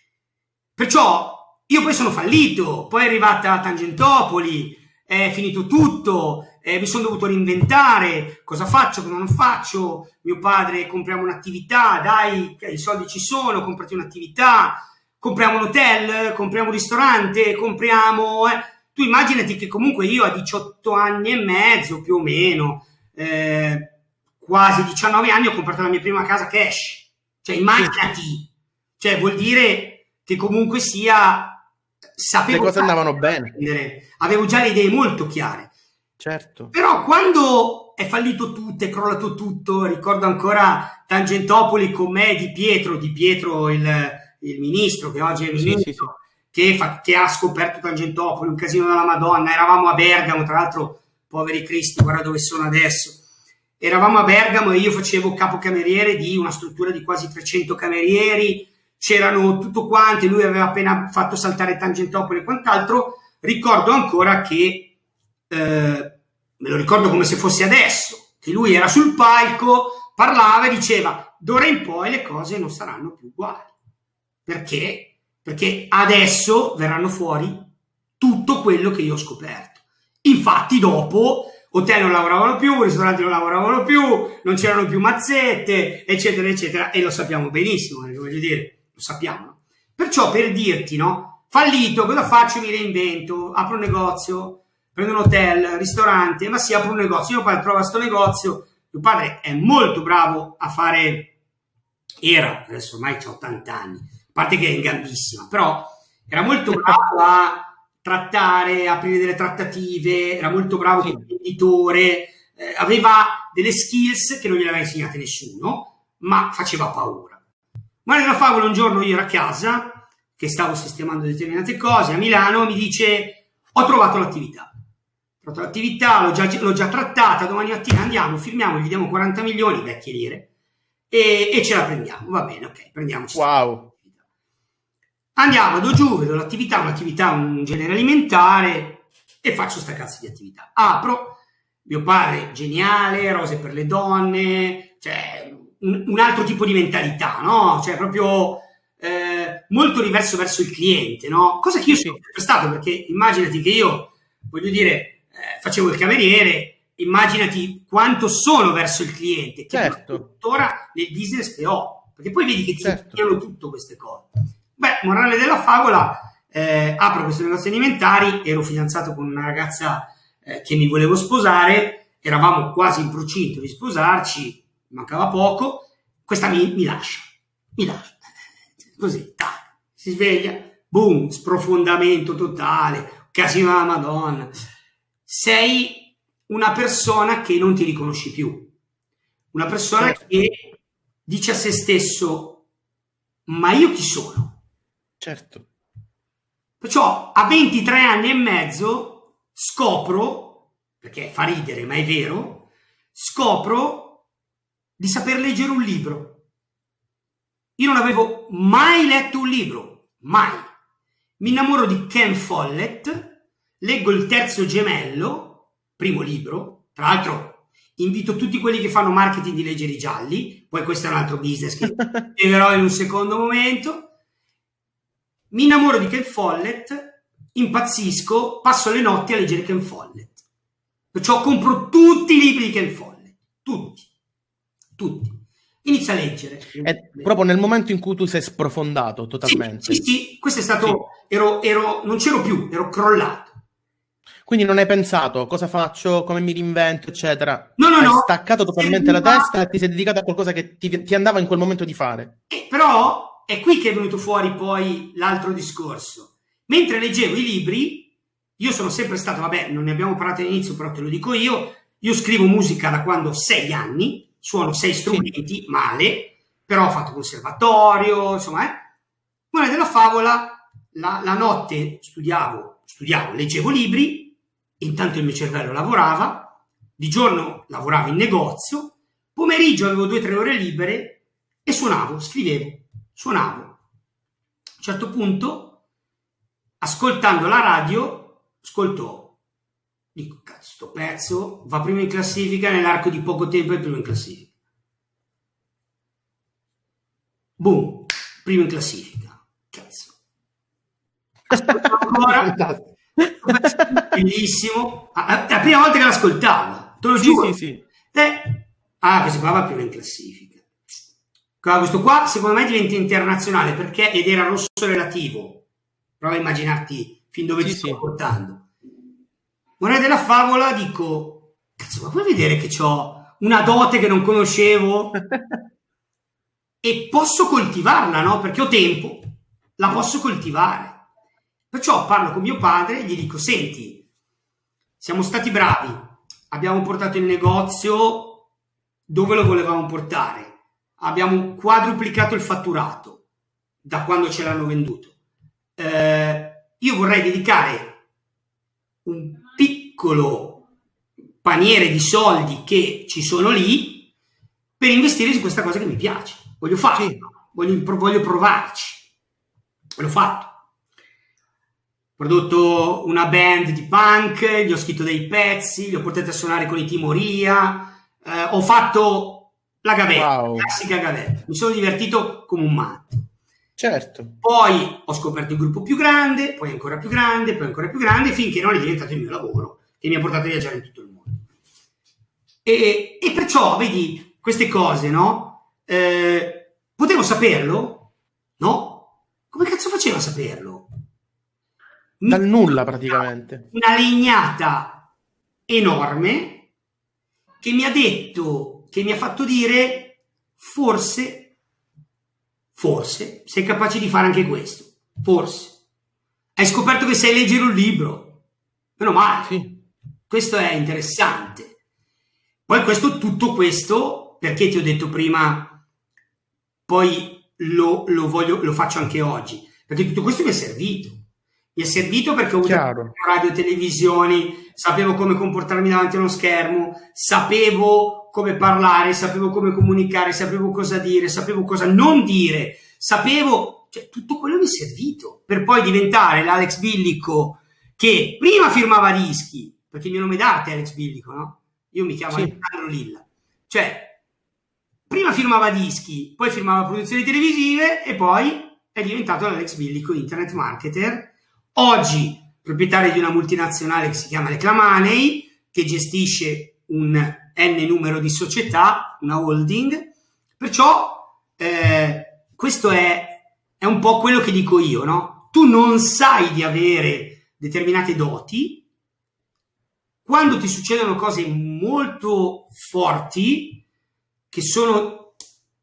S1: perciò io poi sono fallito, poi è arrivata Tangentopoli, è finito tutto, eh, mi sono dovuto reinventare, cosa faccio, cosa non faccio, mio padre compriamo un'attività, dai, i soldi ci sono, comprati un'attività, compriamo un hotel, compriamo un ristorante, compriamo... Eh. Tu immaginati che comunque io a diciotto anni e mezzo, più o meno, eh, quasi diciannove anni, ho comprato la mia prima casa cash. Cioè immaginati, cioè vuol dire che comunque sia... Sapevo
S2: le cose andavano bene.
S1: Avevo già le idee molto chiare.
S2: Certo.
S1: Però quando è fallito tutto, è crollato tutto, ricordo ancora Tangentopoli con me, Di Pietro, Di Pietro il, il ministro, che oggi è ministro,
S2: sì, sì, sì.
S1: Che, fa, che ha scoperto Tangentopoli, un casino della Madonna, eravamo a Bergamo, tra l'altro, poveri cristi, guarda dove sono adesso. eravamo a Bergamo e io facevo capocameriere di una struttura di quasi trecento camerieri, c'erano tutto quanto, lui aveva appena fatto saltare Tangentopoli e quant'altro. Ricordo ancora che, eh, me lo ricordo come se fosse adesso, che lui era sul palco, parlava e diceva: d'ora in poi le cose non saranno più uguali. Perché? Perché adesso verranno fuori tutto quello che io ho scoperto. Infatti dopo hotel non lavoravano più, ristoranti non lavoravano più, non c'erano più mazzette, eccetera, eccetera, e lo sappiamo benissimo, perché voglio dire, lo sappiamo. Perciò, per dirti, no, fallito, cosa faccio? Mi reinvento, apro un negozio, prendo un hotel, ristorante, ma sì, apro un negozio. Mio padre trova questo negozio, mio padre è molto bravo a fare, era, adesso ormai c'ha ottanta anni, a parte che è in gambissima, però era molto bravo a trattare, aprire delle trattative, era molto bravo come venditore, eh, aveva delle skills che non gliele aveva insegnate nessuno, ma faceva paura. Ma nella favola un giorno io ero a casa, che stavo sistemando determinate cose a Milano, mi dice: ho trovato l'attività, ho trovato l'attività, l'ho già, l'ho già trattata, domani mattina andiamo, firmiamo, gli diamo quaranta milioni, vecchie lire, e, e ce la prendiamo, va bene, ok, prendiamoci.
S2: Wow.
S1: Andiamo, vado giù, vedo l'attività, un'attività, un genere alimentare, e faccio sta cazzo di attività. Apro, mio padre, geniale, rose per le donne, cioè un, un altro tipo di mentalità, no? Cioè proprio eh, molto diverso verso il cliente, no? Cosa che io sono sempre stato, perché immaginati che io, voglio dire, eh, facevo il cameriere, immaginati quanto sono verso il cliente, che
S2: certo.
S1: tuttora nel business che ho, perché poi vedi che ti
S2: certo.
S1: insegnano tutto queste cose. Beh, morale della favola, eh, apro questo negozio alimentari, ero fidanzato con una ragazza eh, che mi volevo sposare, eravamo quasi in procinto di sposarci, mancava poco, questa mi, mi lascia, mi lascia, così, tac, si sveglia, boom, sprofondamento totale, casino alla Madonna. Sei una persona che non ti riconosci più, una persona certo. che dice a se stesso: ma io chi sono?
S2: Certo.
S1: Perciò a ventitré anni e mezzo scopro, perché fa ridere ma è vero, scopro di saper leggere un libro. Io non avevo mai letto un libro, mai. Mi innamoro di Ken Follett, leggo Il terzo gemello, primo libro, tra l'altro invito tutti quelli che fanno marketing di leggere i gialli, poi questo è un altro business che spiegherò in un secondo momento. Mi innamoro di Ken Follett, impazzisco, passo le notti a leggere Ken Follett. Perciò compro tutti i libri di Ken Follett, tutti, tutti. Inizio a leggere.
S2: È proprio nel momento in cui tu sei sprofondato totalmente.
S1: Sì, sì, sì. Questo è stato, sì. ero, ero, non c'ero più, ero crollato.
S2: Quindi non hai pensato cosa faccio, come mi reinvento, eccetera.
S1: No, no,
S2: hai
S1: no.
S2: Hai staccato totalmente la testa e ti sei dedicato a qualcosa che ti, ti andava in quel momento di fare.
S1: Eh, però è qui che è venuto fuori poi l'altro discorso. Mentre leggevo i libri, io sono sempre stato, vabbè, non ne abbiamo parlato all'inizio, però te lo dico io, io scrivo musica da quando ho sei anni, suono sei strumenti, sì. male, però ho fatto conservatorio, insomma, eh. Buona della favola, la, la notte studiavo, studiavo, leggevo libri, intanto il mio cervello lavorava, di giorno lavoravo in negozio, pomeriggio avevo due o tre ore libere e suonavo, scrivevo. Suonavo. A un certo punto, ascoltando la radio, ascolto, dico, cazzo, sto pezzo va prima in classifica, nell'arco di poco tempo è primo in classifica. Boom, primo in classifica. Cazzo. Ascolto ancora. Bellissimo. È la prima volta che l'ascoltavo, te lo
S2: sì,
S1: giuro.
S2: Sì, sì.
S1: Eh, ah, questo qua va prima in classifica. Questo qua secondo me diventa internazionale perché ed era rosso relativo. Prova a immaginarti fin dove
S2: sì,
S1: ti sto
S2: sì.
S1: portando. Morale della favola, dico, cazzo, ma puoi vedere che ho una dote che non conoscevo e posso coltivarla, no? Perché ho tempo, la posso coltivare. Perciò parlo con mio padre e gli dico: senti, siamo stati bravi, abbiamo portato il negozio dove lo volevamo portare. Abbiamo quadruplicato il fatturato da quando ce l'hanno venduto. Eh, io vorrei dedicare un piccolo paniere di soldi che ci sono lì per investire su questa cosa che mi piace. Voglio farlo, sì. voglio, voglio provarci. L'ho fatto. Ho prodotto una band di punk, gli ho scritto dei pezzi, li ho portati a suonare con i Timoria, eh, ho fatto la gavetta, wow. la classica gavetta. Mi sono divertito come un matto.
S2: Certo.
S1: Poi ho scoperto il gruppo più grande, poi ancora più grande, poi ancora più grande, finché non è diventato il mio lavoro, che mi ha portato a viaggiare in tutto il mondo. E, e perciò, vedi, queste cose, no? Eh, potevo saperlo? No? Come cazzo faceva a saperlo?
S2: Dal nulla, praticamente.
S1: Una legnata enorme che mi ha detto, che mi ha fatto dire, forse... Forse sei capace di fare anche questo. Forse. Hai scoperto che sai leggere un libro. Meno male.
S2: Sì.
S1: Questo è interessante. Poi questo, tutto questo, perché ti ho detto prima, poi lo, lo, voglio, lo faccio anche oggi. Perché tutto questo mi è servito. Mi è servito perché ho avuto radio, televisioni, sapevo come comportarmi davanti a uno schermo, sapevo come parlare, sapevo come comunicare, sapevo cosa dire, sapevo cosa non dire, sapevo, cioè tutto quello mi è servito per poi diventare l'Alex Billico che prima firmava dischi, perché il mio nome d'arte è Alex Billico, no? Io mi chiamo sì. Alessandro Lilla, cioè prima firmava dischi, poi firmava produzioni televisive e poi è diventato l'Alex Billico internet marketer, oggi proprietario di una multinazionale che si chiama Reclamanei, che gestisce un N numero di società, una holding, perciò eh, questo è, è un po' quello che dico io, no? Tu non sai di avere determinate doti, quando ti succedono cose molto forti, che sono,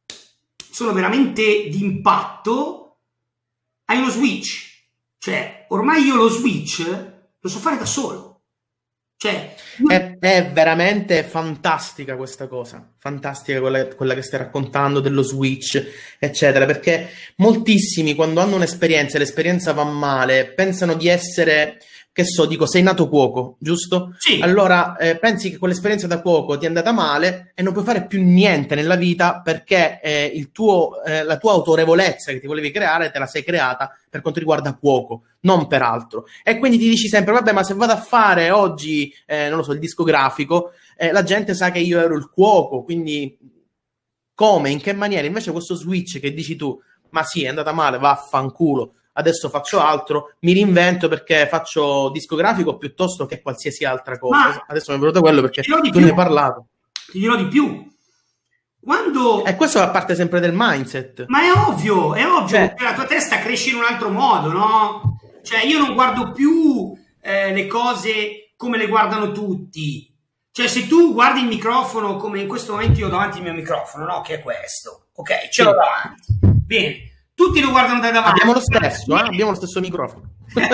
S1: sono veramente di impatto, hai uno switch, cioè ormai io lo switch lo so fare da solo. Cioè,
S2: è, è veramente fantastica questa cosa, fantastica quella, quella che stai raccontando dello switch, eccetera, perché moltissimi quando hanno un'esperienza e l'esperienza va male pensano di essere, che so, dico, sei nato cuoco, giusto?
S1: Sì.
S2: Allora eh, pensi che quell'esperienza da cuoco ti è andata male e non puoi fare più niente nella vita perché eh, il tuo, eh, la tua autorevolezza che ti volevi creare te la sei creata per quanto riguarda cuoco, non per altro. E quindi ti dici sempre, vabbè, ma se vado a fare oggi, eh, non lo so, il discografico, eh, la gente sa che io ero il cuoco, quindi come, in che maniera? Invece questo switch che dici tu, ma sì, è andata male, vaffanculo, adesso faccio altro, mi reinvento perché faccio discografico piuttosto che qualsiasi altra cosa. Ma adesso mi è venuto quello perché tu
S1: più.
S2: ne hai parlato.
S1: Ti dirò di più. Quando...
S2: E questo fa parte sempre del mindset.
S1: Ma è ovvio, è ovvio, cioè... la tua testa cresce in un altro modo, no? Cioè io non guardo più eh, le cose come le guardano tutti. Cioè se tu guardi il microfono come in questo momento io ho davanti il mio microfono, no? Che è questo, ok? Ce l'ho davanti. Bene, tutti lo guardano da davanti.
S2: Abbiamo lo stesso, eh? Abbiamo lo stesso microfono.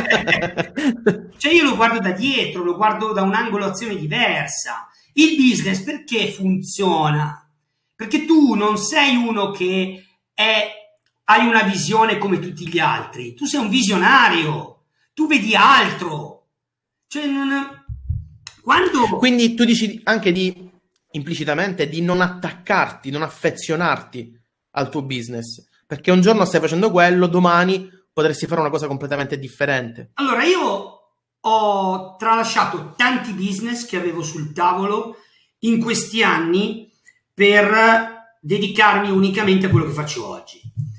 S1: Cioè io lo guardo da dietro, lo guardo da un'angolazione diversa. Il business perché funziona? Perché tu non sei uno che è, hai una visione come tutti gli altri, tu sei un visionario, tu vedi altro. Cioè, non, quando...
S2: Quindi tu dici anche di, implicitamente, di non attaccarti, non affezionarti al tuo business, perché un giorno stai facendo quello, domani potresti fare una cosa completamente differente.
S1: Allora, io ho tralasciato tanti business che avevo sul tavolo in questi anni per dedicarmi unicamente a quello che faccio oggi.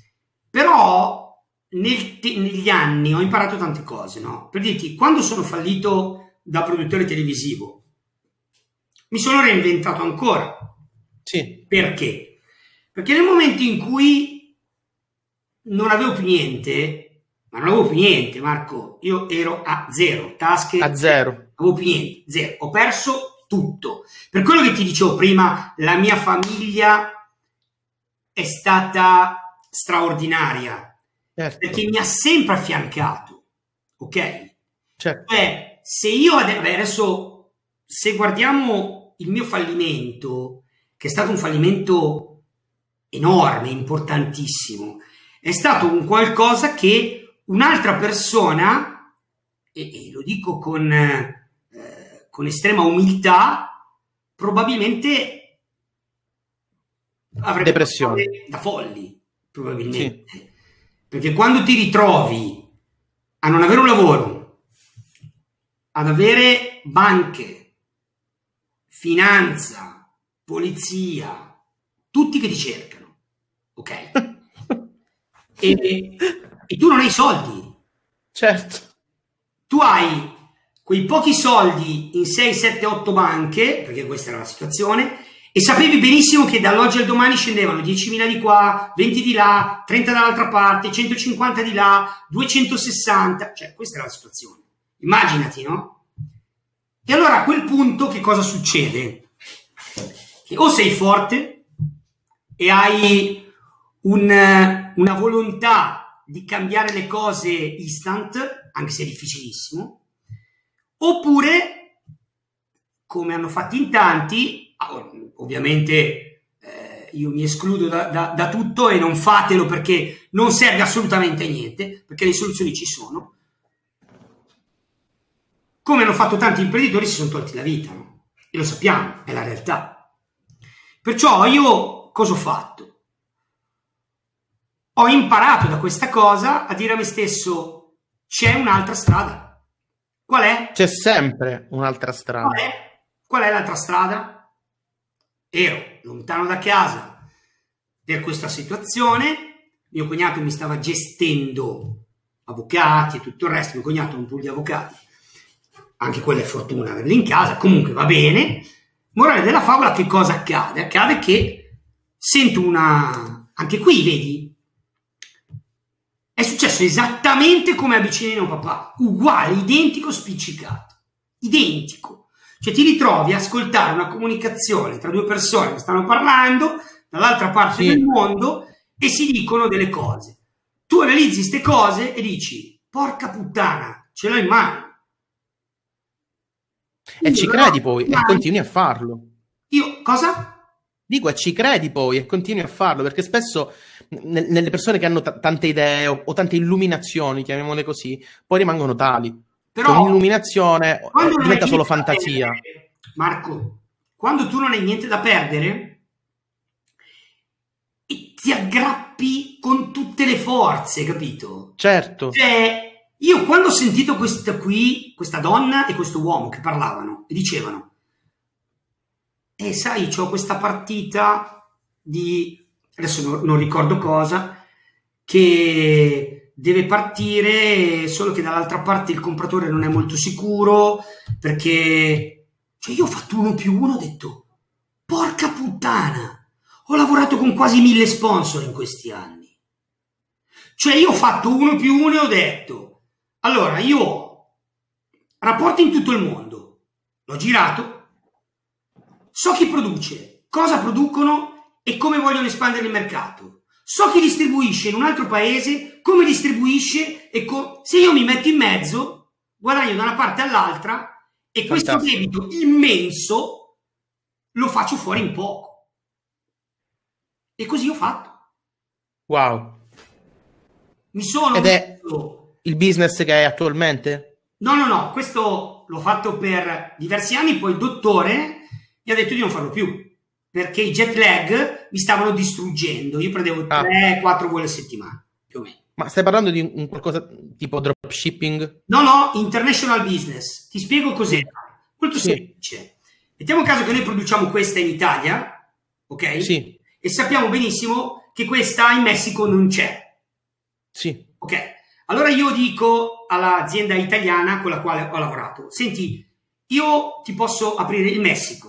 S1: Però nel te- negli anni ho imparato tante cose, no? Per dirti, quando sono fallito da produttore televisivo mi sono reinventato ancora.
S2: Sì.
S1: Perché? Perché nel momento in cui non avevo più niente, ma non avevo più niente, Marco, io ero a zero, tasche
S2: a zero,
S1: non avevo più niente, zero, ho perso tutto. Per quello che ti dicevo prima, la mia famiglia è stata straordinaria,
S2: certo.
S1: Perché mi ha sempre affiancato, ok?
S2: Certo.
S1: Cioè, se io adesso, se guardiamo il mio fallimento, che è stato un fallimento enorme, importantissimo, è stato un qualcosa che un'altra persona, e, e lo dico con... con estrema umiltà, probabilmente avrebbe
S2: depressione
S1: da folli, probabilmente.
S2: Sì.
S1: Perché quando ti ritrovi a non avere un lavoro, ad avere banche, finanza, polizia, tutti che ti cercano, ok? e, e tu non hai soldi.
S2: Certo.
S1: Tu hai quei pochi soldi in sei, sette, otto banche, perché questa era la situazione, e sapevi benissimo che dall'oggi al domani scendevano diecimila di qua, venti di là, trenta dall'altra parte, centocinquanta di là, duecentosessanta, cioè questa era la situazione. Immaginati, no? E allora a quel punto che cosa succede? Che o sei forte e hai un, una volontà di cambiare le cose instant, anche se è difficilissimo, oppure, come hanno fatto in tanti, ovviamente eh, io mi escludo da, da, da tutto e non fatelo perché non serve assolutamente a niente, perché le soluzioni ci sono. Come hanno fatto tanti imprenditori, si sono tolti la vita, no? E lo sappiamo, è la realtà. Perciò io cosa ho fatto? Ho imparato da questa cosa a dire a me stesso: c'è un'altra strada. Qual è?
S2: C'è sempre un'altra strada.
S1: Qual è? Qual è l'altra strada? Ero lontano da casa per questa situazione, mio cognato mi stava gestendo avvocati e tutto il resto, mio cognato ha un pool di avvocati, anche quella è fortuna averli in casa, comunque va bene. Morale della favola, che cosa accade? Accade che sento una... anche qui, vedi? È successo esattamente come a Vicinino Papà, uguale, identico, spiccicato, identico. Cioè ti ritrovi a ascoltare una comunicazione tra due persone che stanno parlando dall'altra parte sì. del mondo e si dicono delle cose. Tu analizzi queste cose e dici: porca puttana, ce l'ho in mano.
S2: E io ci credi poi e continui a farlo.
S1: Io cosa?
S2: Dico, e ci credi poi e continui a farlo, perché spesso ne- nelle persone che hanno t- tante idee o-, o tante illuminazioni, chiamiamole così, poi rimangono tali. Però cioè, un'illuminazione eh, diventa solo fantasia.
S1: Perdere, Marco, quando tu non hai niente da perdere e ti aggrappi con tutte le forze, capito?
S2: Certo.
S1: Cioè, io quando ho sentito questa qui, questa donna e questo uomo che parlavano e dicevano: eh sai, c'ho questa partita di, adesso non, non ricordo cosa, che deve partire, solo che dall'altra parte il compratore non è molto sicuro, perché, cioè, io ho fatto uno più uno, ho detto: porca puttana, ho lavorato con quasi mille sponsor in questi anni. Cioè io ho fatto uno più uno e ho detto: allora, io ho rapporti in tutto il mondo, l'ho girato, so chi produce, cosa producono e come vogliono espandere il mercato. So chi distribuisce in un altro paese, come distribuisce, e co- se io mi metto in mezzo, guadagno da una parte all'altra e questo Fantastico. debito immenso lo faccio fuori in poco. E così ho fatto.
S2: Wow.
S1: Mi sono...
S2: Ed è il business che hai attualmente?
S1: No, no, no, questo l'ho fatto per diversi anni, poi il dottore mi ha detto di non farlo più, perché i jet lag mi stavano distruggendo. Io prendevo
S2: ah.
S1: tre quattro voli a settimana, più o meno.
S2: Ma stai parlando di un qualcosa tipo dropshipping?
S1: No, no, international business. Ti spiego cos'è.
S2: Sì.
S1: Molto
S2: sì.
S1: semplice. Mettiamo caso che noi produciamo questa in Italia, ok?
S2: Sì.
S1: E sappiamo benissimo che questa in Messico non c'è.
S2: Sì.
S1: Ok. Allora io dico all'azienda italiana con la quale ho lavorato: senti, io ti posso aprire il Messico.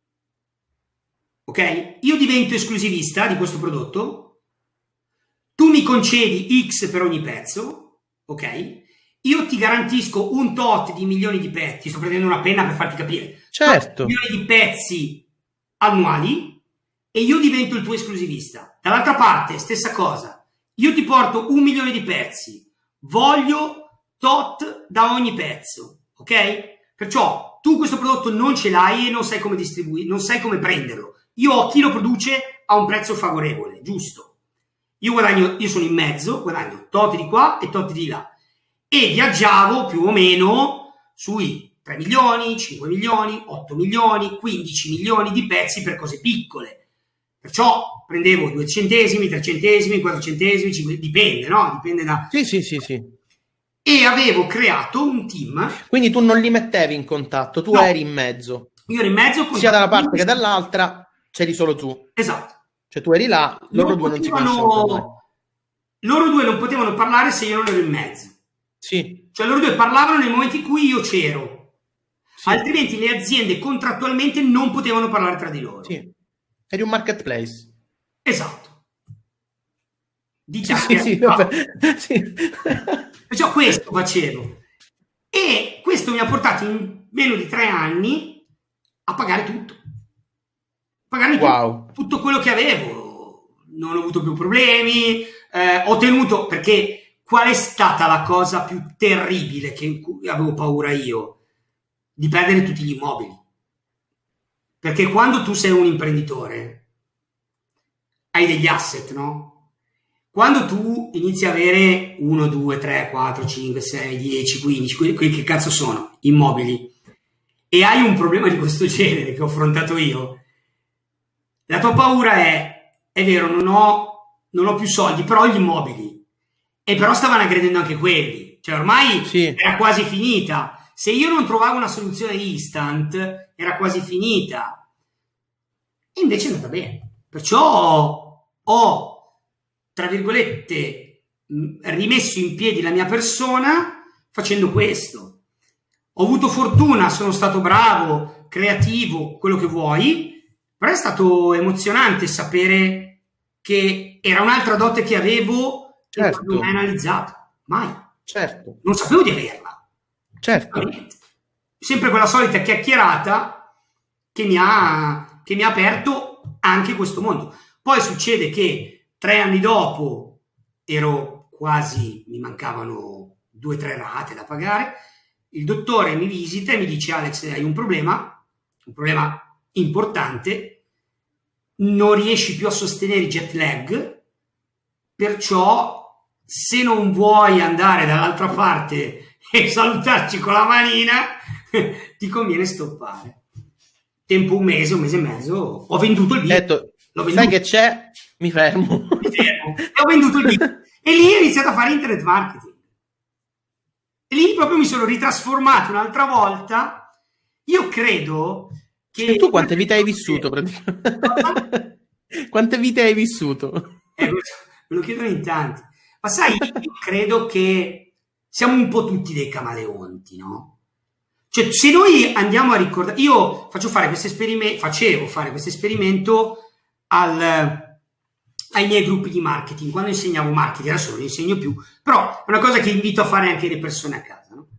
S1: Ok? Io divento esclusivista di questo prodotto, tu mi concedi X per ogni pezzo, ok? Io ti garantisco un tot di milioni di pezzi, sto prendendo una penna per farti capire,
S2: certo,
S1: milioni di pezzi annuali, e io divento il tuo esclusivista. Dall'altra parte, stessa cosa, io ti porto un milione di pezzi, voglio tot da ogni pezzo, ok? Perciò tu questo prodotto non ce l'hai e non sai come distribuire, non sai come prenderlo. Io ho chi lo produce a un prezzo favorevole, giusto? Io guadagno, io sono in mezzo, guadagno tot di qua e tot di là. E viaggiavo più o meno sui tre milioni, cinque milioni, otto milioni, quindici milioni di pezzi per cose piccole. Perciò prendevo due centesimi, tre centesimi, quattro centesimi, cinque, dipende, no? Dipende da...
S2: Sì, sì, sì, sì.
S1: E avevo creato un team.
S2: Quindi tu non li mettevi in contatto, tu
S1: no,
S2: eri in mezzo.
S1: Io ero in mezzo.
S2: Sia da una parte che dall'altra c'eri solo tu.
S1: Esatto.
S2: Cioè tu eri là, loro non due non si conoscevano.
S1: Loro due non potevano parlare se io non ero in mezzo.
S2: Sì.
S1: Cioè loro due parlavano nel momento in cui io c'ero. Sì. Altrimenti le aziende contrattualmente non potevano parlare tra di loro.
S2: Sì. Eri un marketplace.
S1: Esatto. Diciamo
S2: sì, sì, sì, vabbè. Sì.
S1: Perciò questo facevo. E questo mi ha portato in meno di tre anni a pagare tutto. Pagare
S2: wow.
S1: tutto, tutto quello che avevo. Non ho avuto più problemi. Eh, ho tenuto, perché qual è stata la cosa più terribile che in cui avevo paura io? Di perdere tutti gli immobili. Perché quando tu sei un imprenditore hai degli asset, no? Quando tu inizi a avere uno, due, tre, quattro, cinque, sei, dieci, quindici, quelli, quelli che cazzo sono, immobili, e hai un problema di questo genere che ho affrontato io, la tua paura è, è vero, non ho, non ho più soldi, però ho gli immobili, e però stavano aggredendo anche quelli, cioè ormai sì. Era quasi finita. Se io non trovavo una soluzione instant, era quasi finita. E invece è andata bene. Perciò ho, tra virgolette, rimesso in piedi la mia persona facendo questo. Ho avuto fortuna, sono stato bravo, creativo, quello che vuoi, però è stato emozionante sapere che era un'altra dote che avevo, certo. che non ho mai analizzato. Mai.
S2: Certo.
S1: Non sapevo di averla.
S2: Certo.
S1: Sempre quella solita chiacchierata che mi ha, che mi ha aperto anche questo mondo. Poi succede che tre anni dopo ero quasi, mi mancavano due o tre rate da pagare, il dottore mi visita e mi dice: Alex, hai un problema, un problema importante, non riesci più a sostenere i jet lag, perciò se non vuoi andare dall'altra parte e salutarci con la manina, ti conviene stoppare. Tempo un mese, un mese e mezzo, ho venduto il
S2: detto, sai che c'è? Mi fermo.
S1: Mi fermo. E ho venduto il business. E lì ho iniziato a fare internet marketing. E lì proprio mi sono ritrasformato un'altra volta. Io credo che...
S2: E tu quante vite hai vissuto? Praticamente? Quante vite hai vissuto?
S1: Eh, me lo chiedono in tanti. Ma sai, io credo che siamo un po' tutti dei camaleonti, no? Cioè, se noi andiamo a ricordare... Io faccio fare questo esperimento, facevo fare questo esperimento al, ai miei gruppi di marketing, quando insegnavo marketing, adesso non lo insegno più, però è una cosa che invito a fare anche le persone a casa, no?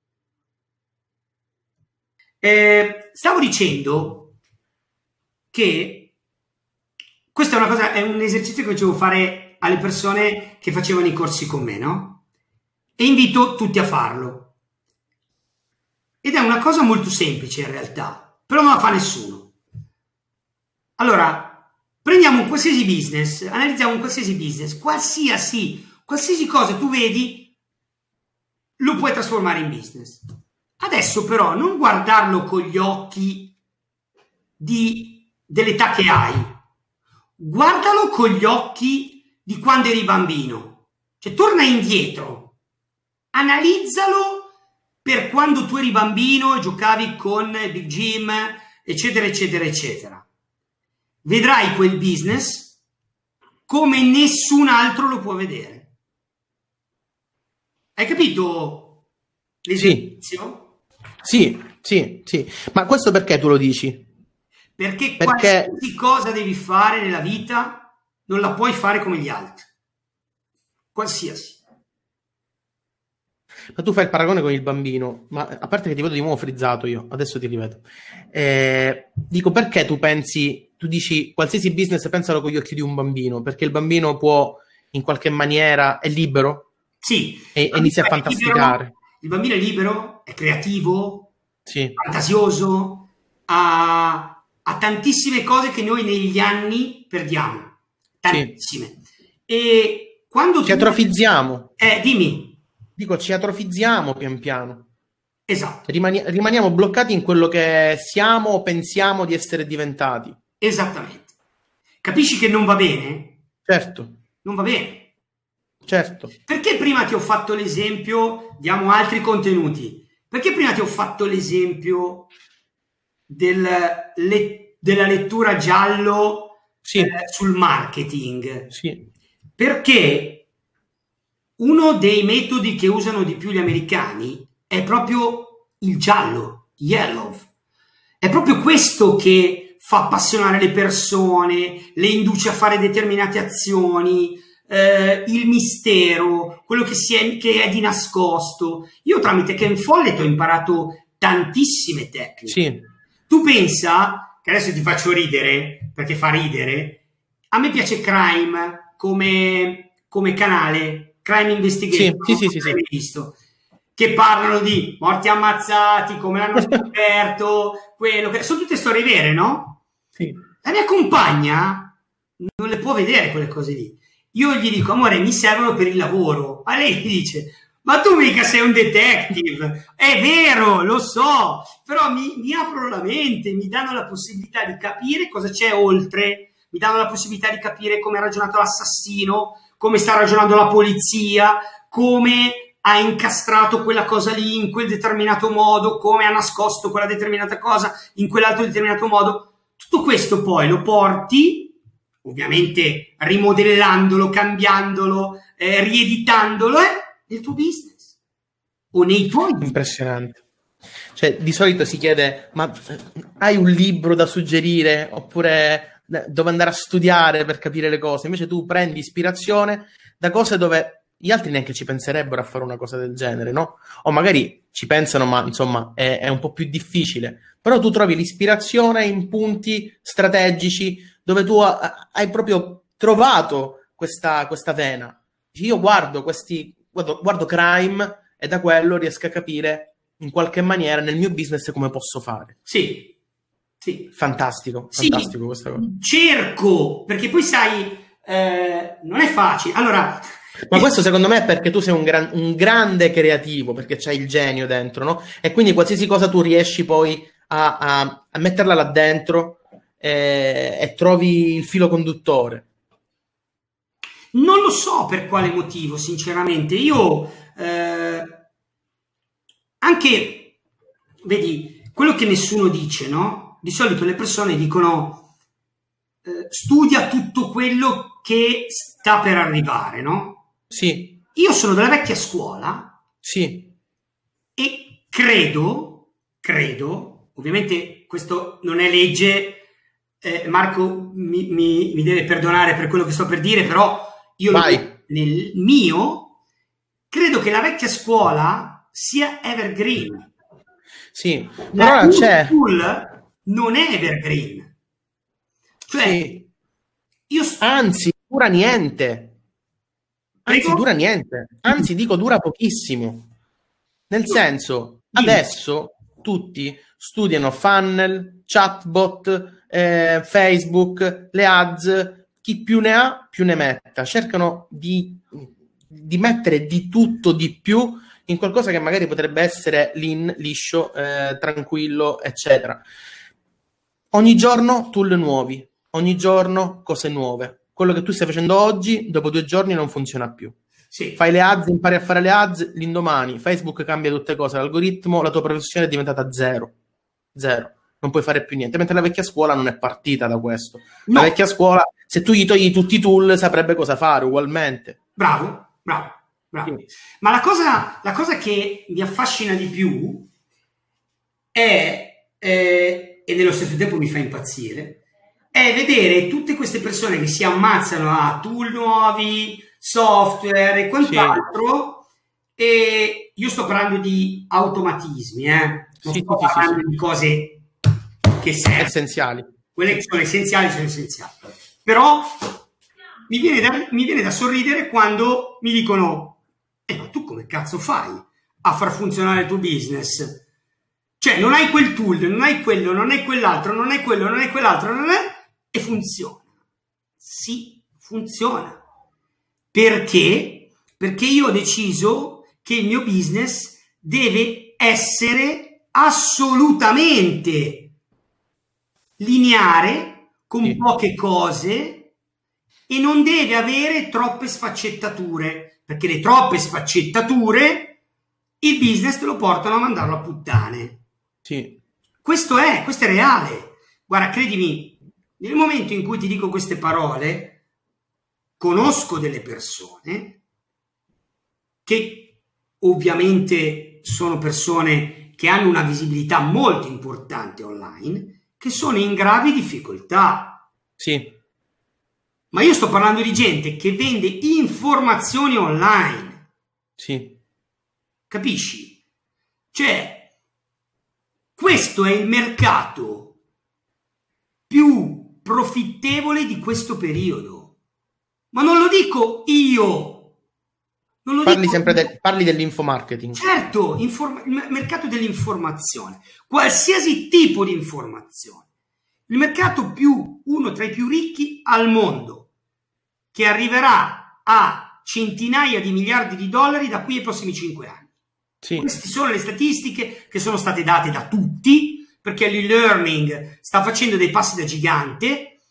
S1: Eh, stavo dicendo che questa è una cosa, è un esercizio che facevo fare alle persone che facevano i corsi con me, no? E invito tutti a farlo. Ed è una cosa molto semplice in realtà, però non la fa nessuno. Allora, prendiamo un qualsiasi business, analizziamo un qualsiasi business, qualsiasi, qualsiasi cosa tu vedi, lo puoi trasformare in business. Adesso però non guardarlo con gli occhi di, dell'età che hai, guardalo con gli occhi di quando eri bambino. Cioè torna indietro, analizzalo per quando tu eri bambino e giocavi con Big Jim, eccetera, eccetera, eccetera. Vedrai quel business come nessun altro lo può vedere. Hai capito l'esercizio?
S2: Sì, sì, sì. Ma questo perché tu lo dici?
S1: Perché, perché qualsiasi cosa devi fare nella vita non la puoi fare come gli altri. Qualsiasi.
S2: Ma tu fai il paragone con il bambino, ma a parte che ti vedo di nuovo frizzato io, adesso ti rivedo. Eh, dico, perché tu pensi, tu dici qualsiasi business pensalo con gli occhi di un bambino, perché il bambino può in qualche maniera, è libero?
S1: Sì.
S2: E, e inizia a fantasticare.
S1: Libero, il bambino è libero, è creativo,
S2: sì.
S1: fantasioso, ha, ha tantissime cose che noi negli anni perdiamo. Tantissime. Sì. E quando
S2: ci tu... atrofizziamo.
S1: Eh, dimmi.
S2: Dico, ci atrofizziamo pian piano.
S1: Esatto.
S2: Rimani- rimaniamo bloccati in quello che siamo o pensiamo di essere diventati.
S1: Esattamente. Capisci che non va bene?
S2: Certo.
S1: Non va bene.
S2: Certo.
S1: Perché prima ti ho fatto l'esempio, diamo altri contenuti, perché prima ti ho fatto l'esempio del, le, della lettura giallo
S2: sì.
S1: eh, sul marketing?
S2: Sì.
S1: Perché uno dei metodi che usano di più gli americani è proprio il giallo, yellow. È proprio questo che fa appassionare le persone, le induce a fare determinate azioni, eh, il mistero, quello che, si è, che è di nascosto. Io tramite Ken Follett ho imparato tantissime tecniche.
S2: Sì.
S1: Tu pensa, che adesso ti faccio ridere, perché fa ridere, a me piace Crime come, come canale, Crime Investigation,
S2: sì, sì, sì, sì,
S1: visto, che parlano di morti ammazzati, come l'hanno scoperto, quello che sono tutte storie vere, no?
S2: Sì.
S1: La mia compagna non le può vedere quelle cose lì. Io gli dico, amore, mi servono per il lavoro. A lei mi dice, ma tu mica sei un detective. È vero, lo so, però mi, mi aprono la mente, mi danno la possibilità di capire cosa c'è oltre, mi danno la possibilità di capire come ha ragionato l'assassino, come sta ragionando la polizia, come ha incastrato quella cosa lì in quel determinato modo, come ha nascosto quella determinata cosa in quell'altro determinato modo. Tutto questo poi lo porti, ovviamente rimodellandolo, cambiandolo, eh, rieditandolo, eh, nel tuo business o nei tuoi.
S2: Impressionante. Cioè, di solito si chiede, ma hai un libro da suggerire oppure dove andare a studiare per capire le cose? Invece tu prendi ispirazione da cose dove gli altri neanche ci penserebbero a fare una cosa del genere, no? O magari ci pensano, ma insomma è, è un po' più difficile. Però tu trovi l'ispirazione in punti strategici dove tu hai proprio trovato questa, questa vena. Io guardo questi, guardo, guardo Crime e da quello riesco a capire in qualche maniera nel mio business come posso fare.
S1: Sì, sì.
S2: Fantastico,
S1: sì,
S2: fantastico questa cosa.
S1: Cerco, perché poi sai, eh, non è facile. Allora...
S2: Ma questo secondo me è perché tu sei un, gran, un grande creativo, perché c'hai il genio dentro, no? E quindi qualsiasi cosa tu riesci poi a, a, a metterla là dentro e, e trovi il filo conduttore.
S1: Non lo so per quale motivo, sinceramente. Io eh, anche, vedi, quello che nessuno dice, no? Di solito le persone dicono eh, studia tutto quello che sta per arrivare, no?
S2: Sì.
S1: Io sono della vecchia scuola.
S2: Sì.
S1: E credo, credo, ovviamente questo non è legge, eh, Marco mi, mi, mi deve perdonare per quello che sto per dire, però io nel, nel mio credo che la vecchia scuola sia evergreen.
S2: Sì,
S1: la
S2: però c'è
S1: school non è evergreen. Cioè,
S2: sì.
S1: io sto...
S2: anzi, dura niente. Anzi,
S1: Prego?
S2: dura niente. Anzi, dico, dura pochissimo. Nel senso, adesso tutti studiano funnel, chatbot, eh, Facebook, le ads, chi più ne ha più ne metta. Cercano di, di mettere di tutto di più in qualcosa che magari potrebbe essere lean, liscio, eh, tranquillo, eccetera. Ogni giorno tool nuovi, ogni giorno cose nuove. Quello che tu stai facendo oggi, dopo due giorni non funziona più.
S1: Sì.
S2: Fai le ads, impari a fare le ads, l'indomani Facebook cambia tutte cose, l'algoritmo, la tua professione è diventata zero. Zero. Non puoi fare più niente. Mentre la vecchia scuola non è partita da questo.
S1: No.
S2: La vecchia scuola, se tu gli togli tutti i tool, saprebbe cosa fare ugualmente.
S1: Bravo, bravo, bravo. Sì. Ma la cosa, la cosa che mi affascina di più è, eh, e nello stesso tempo mi fa impazzire, è vedere tutte queste persone che si ammazzano a tool nuovi, software e quant'altro, sì. E io sto parlando di automatismi, eh? non
S2: sì,
S1: sto
S2: sì,
S1: parlando
S2: sì, sì.
S1: di cose che servono.
S2: Essenziali.
S1: Quelle che sono essenziali sono essenziali. Però mi viene da, mi viene da sorridere quando mi dicono eh, ma tu come cazzo fai a far funzionare il tuo business? Cioè non hai quel tool, non hai quello, non hai quell'altro, non hai quello, non hai quell'altro, non è... e funziona. Sì, funziona. Perché? Perché io ho deciso che il mio business deve essere assolutamente lineare, con sì. poche cose, e non deve avere troppe sfaccettature, perché le troppe sfaccettature il business te lo portano a mandarlo a puttane.
S2: Sì.
S1: Questo è, questo è reale. Guarda, credimi, nel momento in cui ti dico queste parole, conosco delle persone che ovviamente sono persone che hanno una visibilità molto importante online, che sono in gravi difficoltà.
S2: Sì.
S1: Ma io sto parlando di gente che vende informazioni online.
S2: Sì.
S1: Capisci? Cioè, questo è il mercato più profittevole di questo periodo. Ma non lo dico io. Non lo
S2: parli
S1: dico
S2: sempre del, parli dell'infomarketing.
S1: Certo, inform- il mercato dell'informazione. Qualsiasi tipo di informazione. Il mercato più, uno tra i più ricchi al mondo, che arriverà a centinaia di miliardi di dollari da qui ai prossimi cinque anni. Sì. Queste sono le statistiche che sono state date da tutti, perché l'e-learning sta facendo dei passi da gigante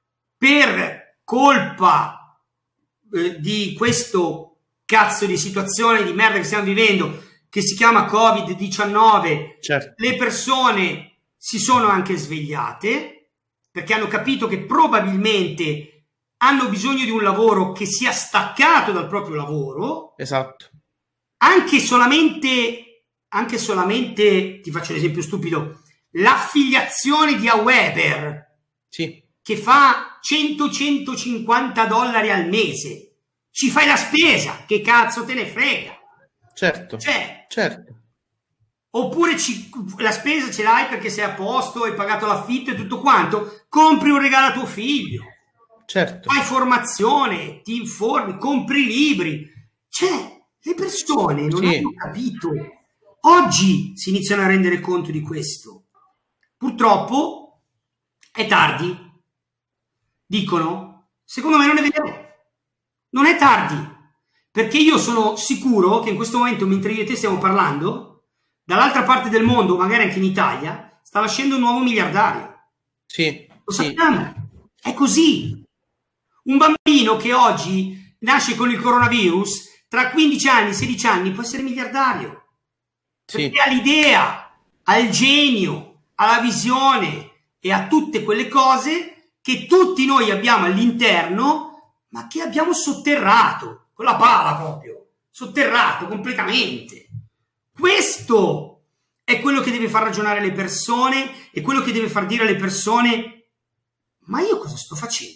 S1: per colpa eh, di questo cazzo di situazione di merda che stiamo vivendo, che si chiama covid diciannove.
S2: Certo.
S1: Le persone si sono anche svegliate, perché hanno capito che probabilmente hanno bisogno di un lavoro che sia staccato dal proprio lavoro.
S2: Esatto.
S1: Anche solamente, anche solamente, ti faccio un esempio stupido, l'affiliazione di Aweber,
S2: sì.
S1: che fa cento centocinquanta dollari al mese. Ci fai la spesa, che cazzo te ne frega?
S2: Certo.
S1: Cioè,
S2: certo.
S1: Oppure ci, la spesa ce l'hai perché sei a posto, hai pagato l'affitto e tutto quanto, compri un regalo a tuo figlio.
S2: Certo.
S1: Fai formazione, ti informi, compri libri. Cioè, le persone non sì. hanno capito. Oggi si iniziano a rendere conto di questo. Purtroppo è tardi. Dicono, secondo me non è vero. Non è tardi. Perché io sono sicuro che in questo momento, mentre io e te stiamo parlando, dall'altra parte del mondo, magari anche in Italia, sta nascendo un nuovo miliardario.
S2: Sì.
S1: Lo
S2: sì.
S1: sappiamo. È così. Un bambino che oggi nasce con il coronavirus, tra quindici anni, sedici anni, può essere miliardario.
S2: Sì.
S1: Perché ha l'idea, ha il genio, ha la visione e ha tutte quelle cose che tutti noi abbiamo all'interno, ma che abbiamo sotterrato, con la pala proprio, sotterrato completamente. Questo è quello che deve far ragionare le persone, è quello che deve far dire alle persone, ma io cosa sto facendo?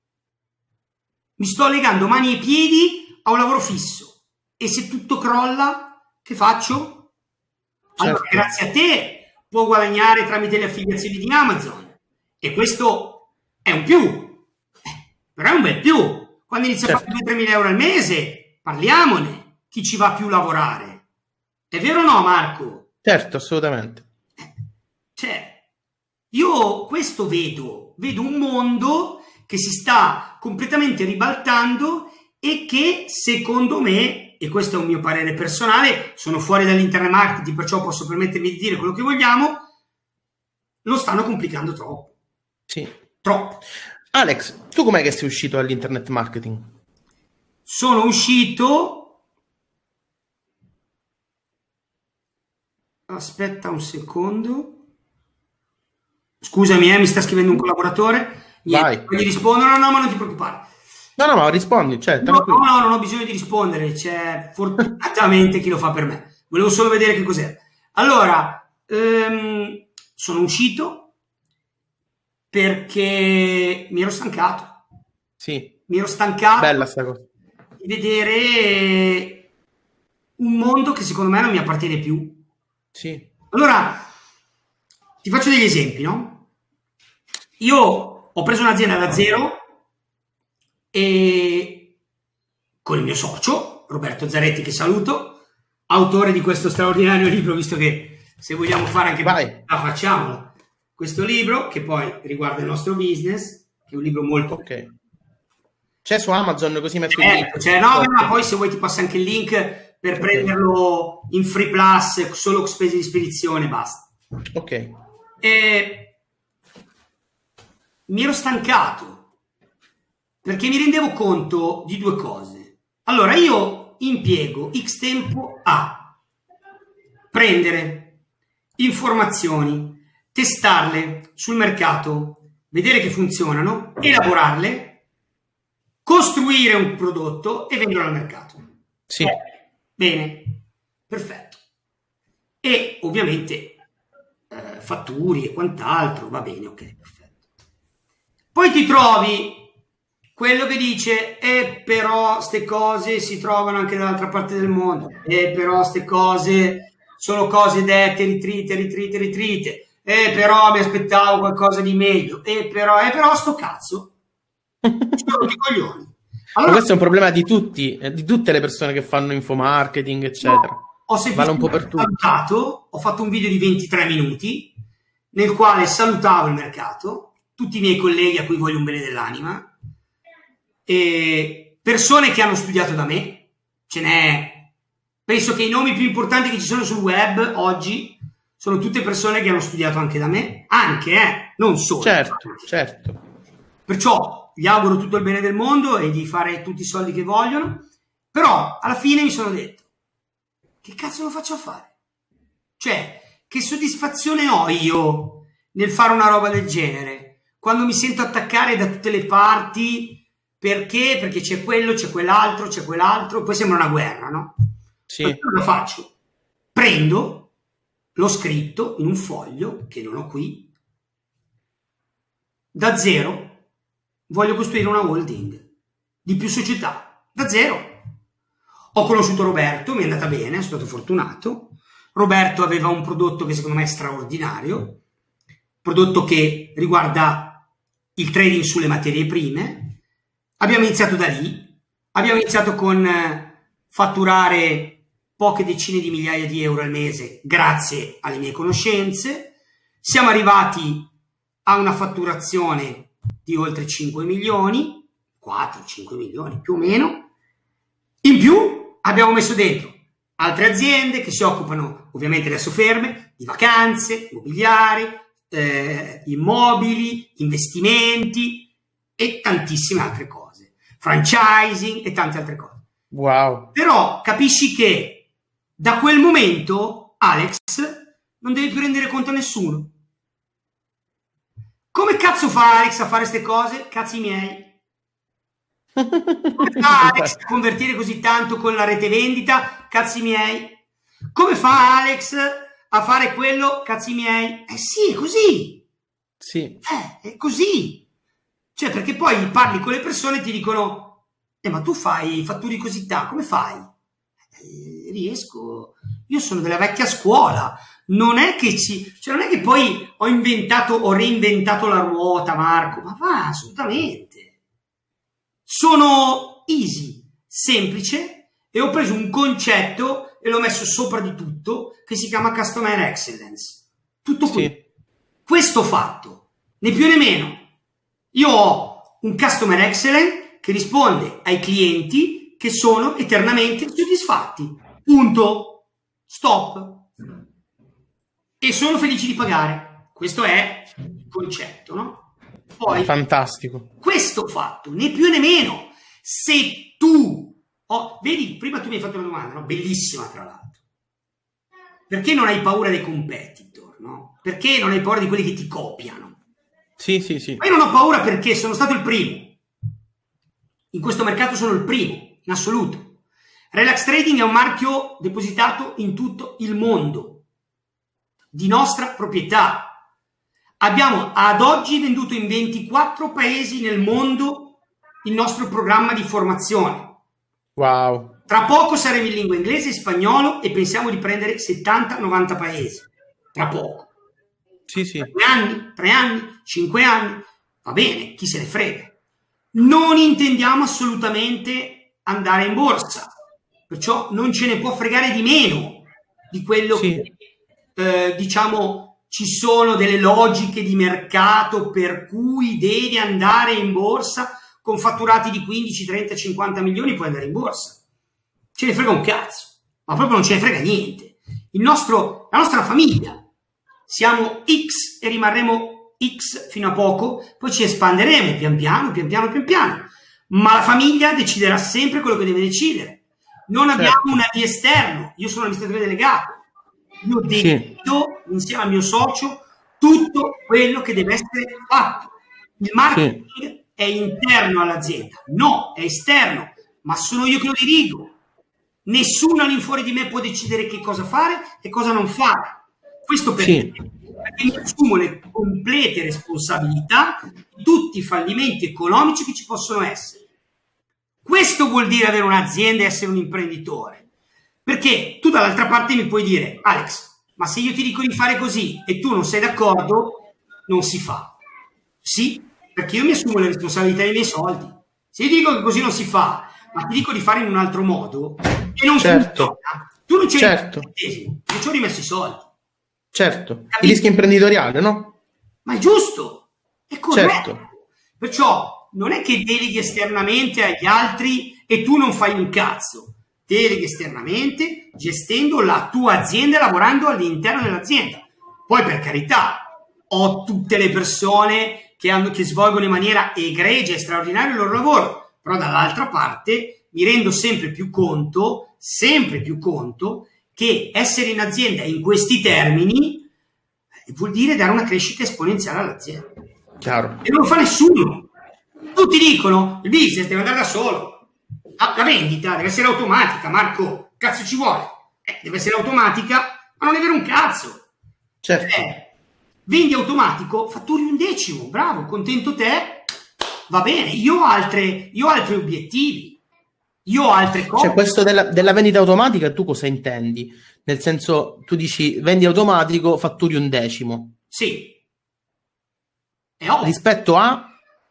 S1: Mi sto legando mani e piedi a un lavoro fisso, e se tutto crolla, che faccio? Allora, certo. Grazie a te può guadagnare tramite le affiliazioni di Amazon, e questo è un più, eh, però è un bel più. Quando inizia certo. a fare due tre mila euro al mese, parliamone, chi ci va più a lavorare. È vero o no, Marco?
S2: Certo, assolutamente.
S1: Eh, cioè, io questo vedo, vedo un mondo che si sta completamente ribaltando e che, secondo me, e questo è un mio parere personale, sono fuori dall'internet marketing, perciò posso permettermi di dire quello che vogliamo, lo stanno complicando troppo.
S2: Sì.
S1: Troppo.
S2: Alex, tu com'è che sei uscito dall'internet marketing?
S1: Sono uscito... Aspetta un secondo. Scusami, eh, mi sta scrivendo un collaboratore. Niente,
S2: Vai.
S1: Gli rispondo, no, no, ma non ti preoccupare.
S2: No, no, ma rispondi, cioè,
S1: no, no, no, non ho bisogno di rispondere, c'è fortunatamente chi lo fa per me. Volevo solo vedere che cos'era. Allora, ehm, sono uscito perché mi ero stancato.
S2: Sì.
S1: Mi ero stancato.
S2: Bella sta cosa.
S1: Di vedere un mondo che secondo me non mi appartiene più.
S2: Sì.
S1: Allora, ti faccio degli esempi, no? Io ho preso un'azienda da zero e con il mio socio, Roberto Zaretti, che saluto, autore di questo straordinario libro, visto che se vogliamo fare anche
S2: Vai.
S1: la facciamola. Questo libro, che poi riguarda il nostro business, che è un libro molto...
S2: Ok. C'è su Amazon, così metto
S1: eh,
S2: il link.
S1: Cioè, no, ma poi se vuoi ti passa anche il link per
S2: Ok.
S1: prenderlo in free plus, solo spese di spedizione, basta.
S2: Ok.
S1: E mi ero stancato perché mi rendevo conto di due cose. Allora, io impiego X tempo a prendere informazioni, testarle sul mercato, vedere che funzionano, elaborarle, costruire un prodotto e venderlo al mercato.
S2: Sì.
S1: Eh, bene, perfetto. E ovviamente eh, fatturi e quant'altro, va bene, ok, perfetto. Poi ti trovi quello che dice, e però ste cose si trovano anche dall'altra parte del mondo, e però ste cose sono cose dette, ritrite, ritrite, ritrite, e però mi aspettavo qualcosa di meglio, e però, e però sto cazzo, sono i coglioni.
S2: Ma
S1: Allora,
S2: questo è un problema di tutti, eh, di tutte le persone che fanno infomarketing, eccetera.
S1: ho
S2: Vale un po' per
S1: semplicemente
S2: tutti.
S1: salutato, ho fatto un video di ventitré minuti nel quale salutavo il mercato, tutti i miei colleghi a cui voglio un bene dell'anima, e persone che hanno studiato da me, ce n'è, penso che i nomi più importanti che ci sono sul web oggi sono tutte persone che hanno studiato anche da me, anche, eh, non solo.
S2: Certo, certo.
S1: Perciò gli auguro tutto il bene del mondo e di fare tutti i soldi che vogliono, però alla fine mi sono detto, che cazzo lo faccio a fare? Cioè, che soddisfazione ho io nel fare una roba del genere, quando mi sento attaccare da tutte le parti, perché? Perché c'è quello, c'è quell'altro, c'è quell'altro, poi sembra una guerra, no?
S2: Sì.
S1: Allora cosa faccio? Prendo, l'ho scritto in un foglio, che non ho qui, da zero voglio costruire una holding di più società, da zero. Ho conosciuto Roberto, mi è andata bene, sono stato fortunato. Roberto aveva un prodotto che secondo me è straordinario, prodotto che riguarda il trading sulle materie prime. Abbiamo iniziato da lì, abbiamo iniziato con fatturare poche decine di migliaia di euro al mese grazie alle mie conoscenze. Siamo arrivati a una fatturazione di oltre cinque milioni, quattro cinque milioni più o meno. In più abbiamo messo dentro altre aziende che si occupano, ovviamente adesso ferme, di vacanze, immobiliari, eh, immobili, investimenti e tantissime altre cose, franchising e tante altre cose.
S2: Wow.
S1: Però capisci che da quel momento Alex non deve più rendere conto a nessuno. Come cazzo fa Alex a fare queste cose? Cazzi miei. Come fa Alex a convertire così tanto con la rete vendita? Cazzi miei. Come fa Alex a fare quello? Cazzi miei. Eh sì, è così.
S2: Sì.
S1: Eh, è così. Cioè, perché poi parli con le persone e ti dicono, eh, ma tu fai fatturi così tanto, come fai? Eh, riesco. Io sono della vecchia scuola. Non è che ci, cioè non è che poi ho inventato, ho reinventato la ruota, Marco, ma va, assolutamente. Sono easy, semplice, e ho preso un concetto e l'ho messo sopra di tutto che si chiama Customer Excellence. Tutto qui.
S2: Sì.
S1: Questo fatto, né più né meno. Io ho un Customer Excellence che risponde ai clienti che sono eternamente soddisfatti. Punto. Stop. E sono felici di pagare. Questo è il concetto, no? Poi,
S2: fantastico.
S1: Questo fatto, né più né meno. Se tu, oh, vedi, prima tu mi hai fatto una domanda, no? Bellissima tra l'altro. Perché non hai paura dei competitor, no? Perché non hai paura di quelli che ti copiano?
S2: Sì, sì, sì.
S1: Ma io non ho paura perché sono stato il primo. In questo mercato sono il primo, in assoluto. Relax Trading è un marchio depositato in tutto il mondo, di nostra proprietà. Abbiamo ad oggi venduto in ventiquattro paesi nel mondo il nostro programma di formazione.
S2: Wow.
S1: Tra poco saremo in lingua inglese e spagnolo e pensiamo di prendere settanta novanta paesi. Tra poco.
S2: Sì, sì.
S1: Due anni, tre anni, cinque anni. Va bene, chi se ne frega. Non intendiamo assolutamente andare in borsa. Perciò non ce ne può fregare di meno di quello
S2: Sì.
S1: che, eh, diciamo, ci sono delle logiche di mercato per cui devi andare in borsa con fatturati di quindici, trenta, cinquanta milioni, puoi andare in borsa. Ce ne frega un cazzo. ma proprio non ce ne frega niente. Il nostro, la nostra famiglia, siamo X e rimarremo X fino a poco, poi ci espanderemo pian piano, pian piano, pian piano, ma la famiglia deciderà sempre quello che deve decidere. Non abbiamo certo. una di esterno, io sono amministratore delegato, io decido sì. insieme al mio socio tutto quello che deve essere fatto. Il marketing sì. è interno all'azienda, no, è esterno, ma sono io che lo dirigo. Nessuno all'infuori di me può decidere che cosa fare e cosa non fare. Questo perché? Sì. Perché mi assumo le complete responsabilità di tutti i fallimenti economici che ci possono essere. Questo vuol dire avere un'azienda e essere un imprenditore. Perché tu dall'altra parte mi puoi dire, Alex, ma se io ti dico di fare così e tu non sei d'accordo, non si fa. Sì, perché io mi assumo le responsabilità dei miei soldi. Se io ti dico che così non si fa, ma ti dico di fare in un altro modo e non
S2: certo.
S1: funziona, tu non ci hai
S2: certo.
S1: io ci ho rimesso i soldi.
S2: Certo, capito? Il rischio imprenditoriale, no?
S1: Ma è giusto, è corretto.
S2: Certo.
S1: Perciò non è che deleghi esternamente agli altri e tu non fai un cazzo. Deleghi esternamente gestendo la tua azienda e lavorando all'interno dell'azienda. Poi, per carità, ho tutte le persone che, hanno, che svolgono in maniera egregia e straordinaria il loro lavoro, però dall'altra parte mi rendo sempre più conto, sempre più conto, che essere in azienda in questi termini vuol dire dare una crescita esponenziale all'azienda.
S2: Chiaro.
S1: E non lo fa nessuno. Tutti dicono il business deve andare da solo, la, la vendita deve essere automatica. Marco, cazzo ci vuole? Eh, deve essere automatica, ma non è vero un cazzo.
S2: Certo.
S1: Eh, vendi automatico, fatturi un decimo, bravo, contento te, va bene. Io ho altre, io ho altri obiettivi. Io ho altre cose.
S2: Cioè, questo della, della vendita automatica, tu cosa intendi? Nel senso, tu dici vendi automatico, fatturi un decimo.
S1: Sì. È ovvio.
S2: Rispetto a?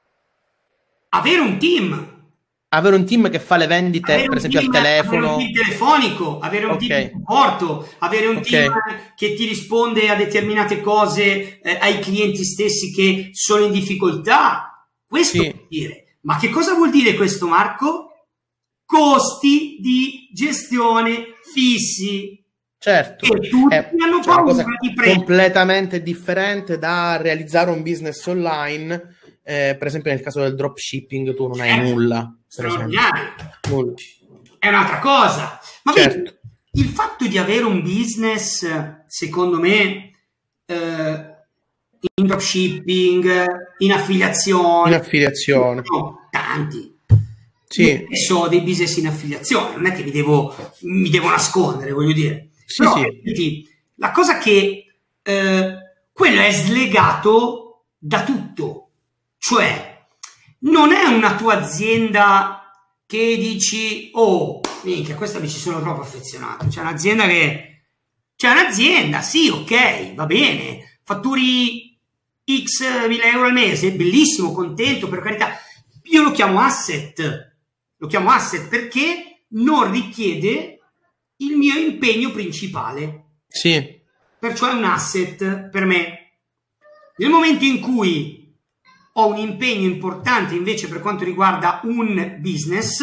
S1: Avere un team.
S2: Avere un team che fa le vendite, avere per esempio, team, al telefono.
S1: Avere un team telefonico, avere un okay. team di supporto, avere un okay. team che ti risponde a determinate cose, eh, ai clienti stessi che sono in difficoltà. Questo sì. vuol dire. Ma che cosa vuol dire questo, Marco? Costi di gestione fissi.
S2: Certo,
S1: e tutti
S2: è
S1: hanno
S2: cioè
S1: paura
S2: una cosa
S1: di prendere.
S2: Completamente differente da realizzare un business online. Eh, per esempio, nel caso del dropshipping, tu non certo. hai nulla.
S1: Straordinario.
S2: Nulla.
S1: È un'altra cosa. Ma
S2: certo.
S1: vedi, il fatto di avere un business, secondo me, eh, in dropshipping, in affiliazione,
S2: in affiliazione,
S1: no, tanti.
S2: Sì.
S1: Io ho dei business in affiliazione, non è che mi devo, mi devo nascondere, voglio dire.
S2: Sì,
S1: però,
S2: sì.
S1: Vedi, la cosa che eh, quello è slegato da tutto, cioè non è una tua azienda che dici oh, minchia, questa mi ci sono troppo affezionato. C'è un'azienda che c'è un'azienda, sì, ok, va bene, fatturi X mila euro al mese, bellissimo, contento, per carità. Io lo chiamo asset. Lo chiamo asset perché non richiede il mio impegno principale.
S2: Sì. Perciò
S1: è un asset per me. Nel momento in cui ho un impegno importante invece per quanto riguarda un business,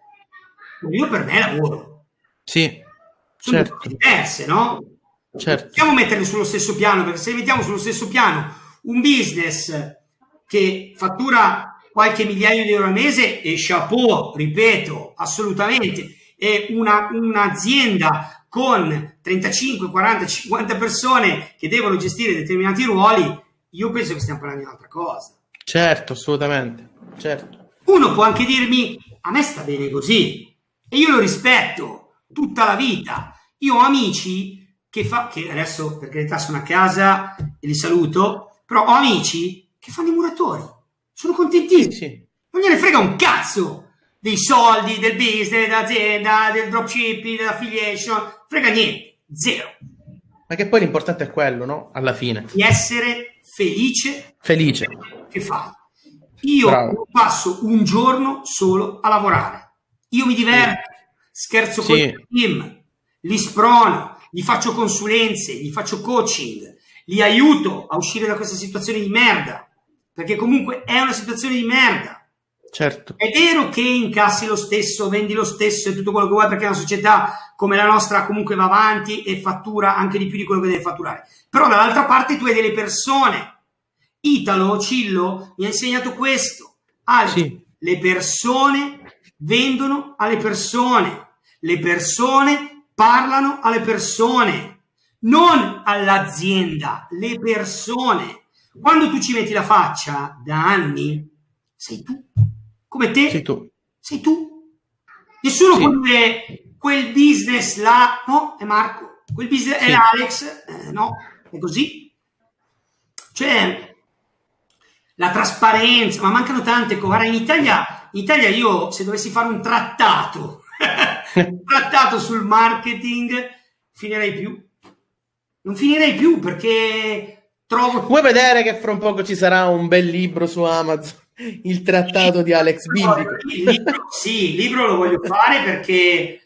S1: io per me lavoro.
S2: Sì.
S1: Sono
S2: certo.
S1: diverse, no?
S2: Certo.
S1: Possiamo metterle sullo stesso piano, perché se mettiamo sullo stesso piano un business che fattura qualche migliaio di euro al mese, e chapeau, ripeto, assolutamente, è una, un'azienda con trentacinque, quaranta, cinquanta persone che devono gestire determinati ruoli, io penso che stiamo parlando di un'altra cosa.
S2: Certo, assolutamente, certo.
S1: Uno può anche dirmi, a me sta bene così, e io lo rispetto tutta la vita. Io ho amici che, fa, che adesso per carità sono a casa e li saluto, però ho amici che fanno i muratori. Sono contentissimi,
S2: sì, sì.
S1: Non gliene frega un cazzo dei soldi, del business, dell'azienda, del dropshipping, dell'affiliation, frega niente, zero.
S2: Ma che poi l'importante è quello, no? Alla fine.
S1: Di essere felice.
S2: Felice.
S1: Che fai? Io
S2: Bravo.
S1: passo un giorno solo a lavorare. Io mi diverto, sì. scherzo con
S2: sì.
S1: il team, li sprono, gli faccio consulenze, gli faccio coaching, li aiuto a uscire da questa situazione di merda. Perché comunque è una situazione di merda.
S2: Certo.
S1: È vero che incassi lo stesso, vendi lo stesso e tutto quello che vuoi, perché una società come la nostra comunque va avanti e fattura anche di più di quello che deve fatturare. Però dall'altra parte tu hai delle persone. Italo, Cillo, mi ha insegnato questo. Ale, sì. Le persone vendono alle persone. Le persone parlano alle persone. Non all'azienda, le persone. Quando tu ci metti la faccia da anni, sei tu. Come te,
S2: sei tu.
S1: Sei tu. Nessuno sì. può dire quel business là, no, è Marco, quel business sì. è Alex, eh, no, è così. Cioè, la trasparenza, ma mancano tante cose. Guarda, in Italia, in Italia io, se dovessi fare un trattato, un trattato sul marketing, finirei più. Non finirei più perché trovo...
S2: Vuoi vedere che fra un poco ci sarà un bel libro su Amazon? Il trattato di Alex Bindi.
S1: Il libro, sì, il libro lo voglio fare perché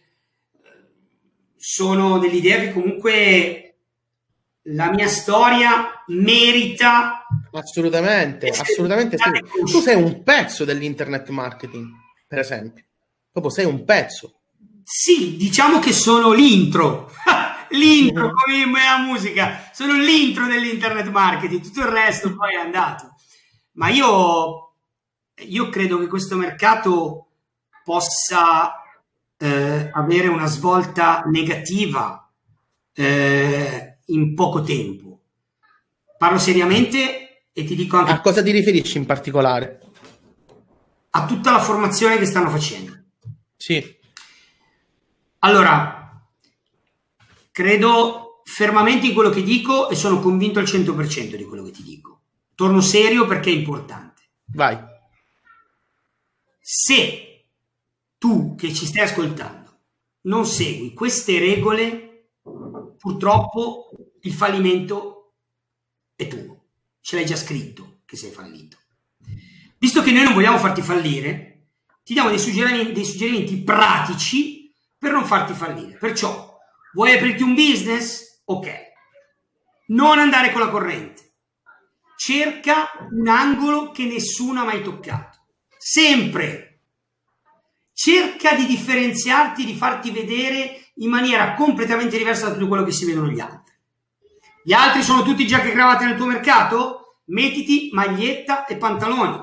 S1: sono dell'idea che comunque la mia storia merita.
S2: Assolutamente, assolutamente sì. Tu sei un pezzo dell'internet marketing, per esempio. Proprio sei un pezzo.
S1: Sì, diciamo che sono l'intro. L'intro, come la musica. Sono l'intro dell'internet marketing. Tutto il resto poi è andato. Ma io... Io credo che questo mercato possa eh, avere una svolta negativa eh, in poco tempo. Parlo seriamente e ti dico anche...
S2: A cosa ti riferisci in particolare?
S1: A tutta la formazione che stanno facendo.
S2: Sì.
S1: Allora, credo fermamente in quello che dico e sono convinto al cento per cento di quello che ti dico. Torno serio perché è importante.
S2: Vai.
S1: Se tu che ci stai ascoltando non segui queste regole, purtroppo il fallimento è tuo. Ce l'hai già scritto che sei fallito. Visto che noi non vogliamo farti fallire, ti diamo dei suggerimenti, dei suggerimenti pratici per non farti fallire. Perciò, vuoi aprirti un business? Ok. Non andare con la corrente. Cerca un angolo che nessuno ha mai toccato. Sempre cerca di differenziarti, di farti vedere in maniera completamente diversa da tutto quello che si vedono gli altri. Gli altri sono tutti giacche e cravatte nel tuo mercato? Mettiti maglietta e pantaloni.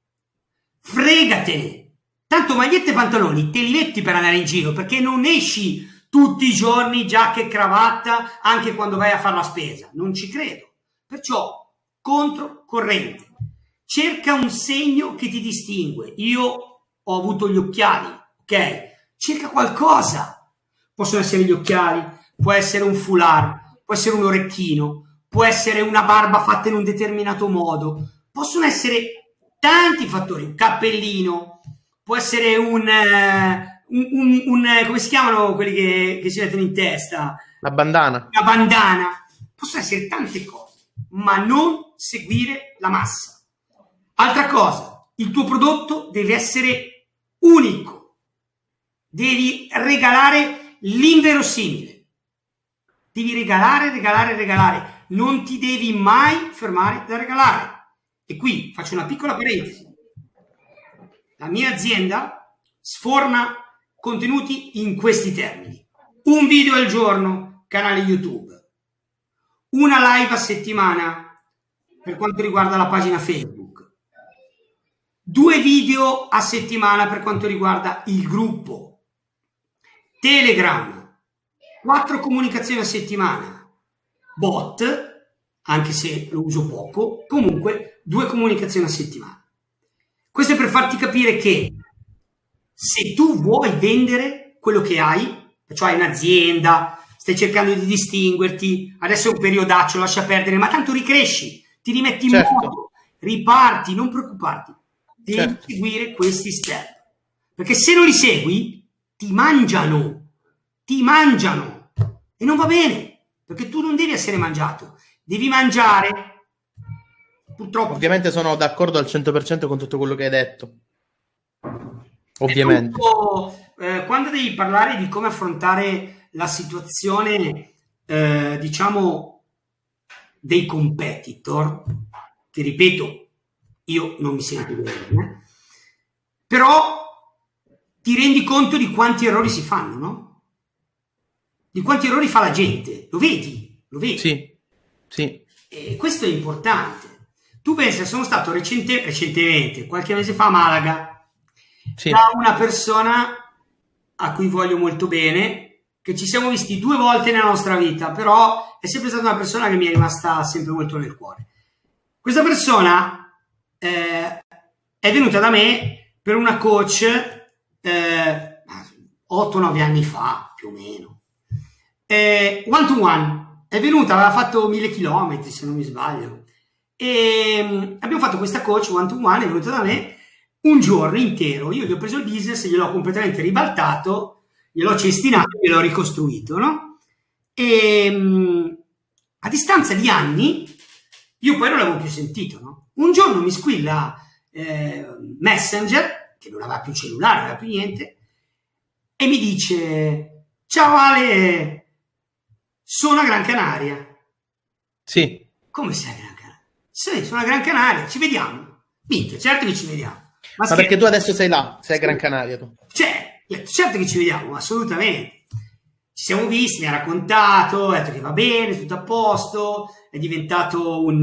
S1: Fregatene. Tanto maglietta e pantaloni te li metti per andare in giro, perché non esci tutti i giorni giacca e cravatta anche quando vai a fare la spesa. Non ci credo. Perciò controcorrente. Cerca un segno che ti distingue. Io ho avuto gli occhiali, ok? Cerca qualcosa. Possono essere gli occhiali, può essere un foulard, può essere un orecchino, può essere una barba fatta in un determinato modo. Possono essere tanti fattori. Un cappellino, può essere un, uh, un, un, un come si chiamano quelli che, che si mettono in testa?
S2: La bandana.
S1: La bandana. Possono essere tante cose, ma non seguire la massa. Altra cosa, il tuo prodotto deve essere unico, devi regalare l'inverosimile, devi regalare, regalare, regalare, non ti devi mai fermare da regalare. E qui faccio una piccola parentesi, la mia azienda sforna contenuti in questi termini: un video al giorno, canale YouTube, una live a settimana per quanto riguarda la pagina Facebook, due video a settimana per quanto riguarda il gruppo, Telegram, quattro comunicazioni a settimana, bot, anche se lo uso poco, comunque due comunicazioni a settimana. Questo è per farti capire che se tu vuoi vendere quello che hai, cioè hai un'azienda, stai cercando di distinguerti, adesso è un periodaccio, lascia perdere, ma tanto ricresci, ti rimetti in
S2: certo.
S1: moto, riparti, non preoccuparti. Devi
S2: certo.
S1: seguire questi step, perché se non li segui ti mangiano, ti mangiano e non va bene, perché tu non devi essere mangiato, devi mangiare. Purtroppo
S2: ovviamente sono d'accordo al cento per cento con tutto quello che hai detto, ovviamente.
S1: Tutto, eh, quando devi parlare di come affrontare la situazione eh, diciamo dei competitor, che ripeto io non mi sento bene, però ti rendi conto di quanti errori si fanno, no? Di quanti errori fa la gente, lo vedi, lo vedi.
S2: Sì, sì.
S1: E questo è importante. Tu pensi, sono stato recente, recentemente, qualche mese fa a Malaga,
S2: sì.
S1: da una persona a cui voglio molto bene, che ci siamo visti due volte nella nostra vita, però è sempre stata una persona che mi è rimasta sempre molto nel cuore. Questa persona eh, è venuta da me per una coach eh, otto nove anni fa, più o meno. Eh, one to one. È venuta, aveva fatto mille chilometri, se non mi sbaglio. E um, abbiamo fatto questa coach one to one, è venuta da me un giorno intero. Io gli ho preso il business, gliel'ho completamente ribaltato, gliel'ho cestinato, gliel'ho ricostruito, no? E um, a distanza di anni, io poi non l'avevo più sentito, no? Un giorno mi squilla eh, Messenger, che non aveva più cellulare, non aveva più niente, e mi dice: ciao Ale, sono a Gran Canaria.
S2: Sì.
S1: Come sei a Gran Canaria? Sì, sono a Gran Canaria, ci vediamo. Minchia, certo che ci vediamo.
S2: Ma, Ma perché tu adesso sei là, sei a Gran Canaria tu?
S1: Cioè, certo che ci vediamo, assolutamente. Ci siamo visti, mi ha raccontato, ha detto che va bene, tutto a posto, è diventato un,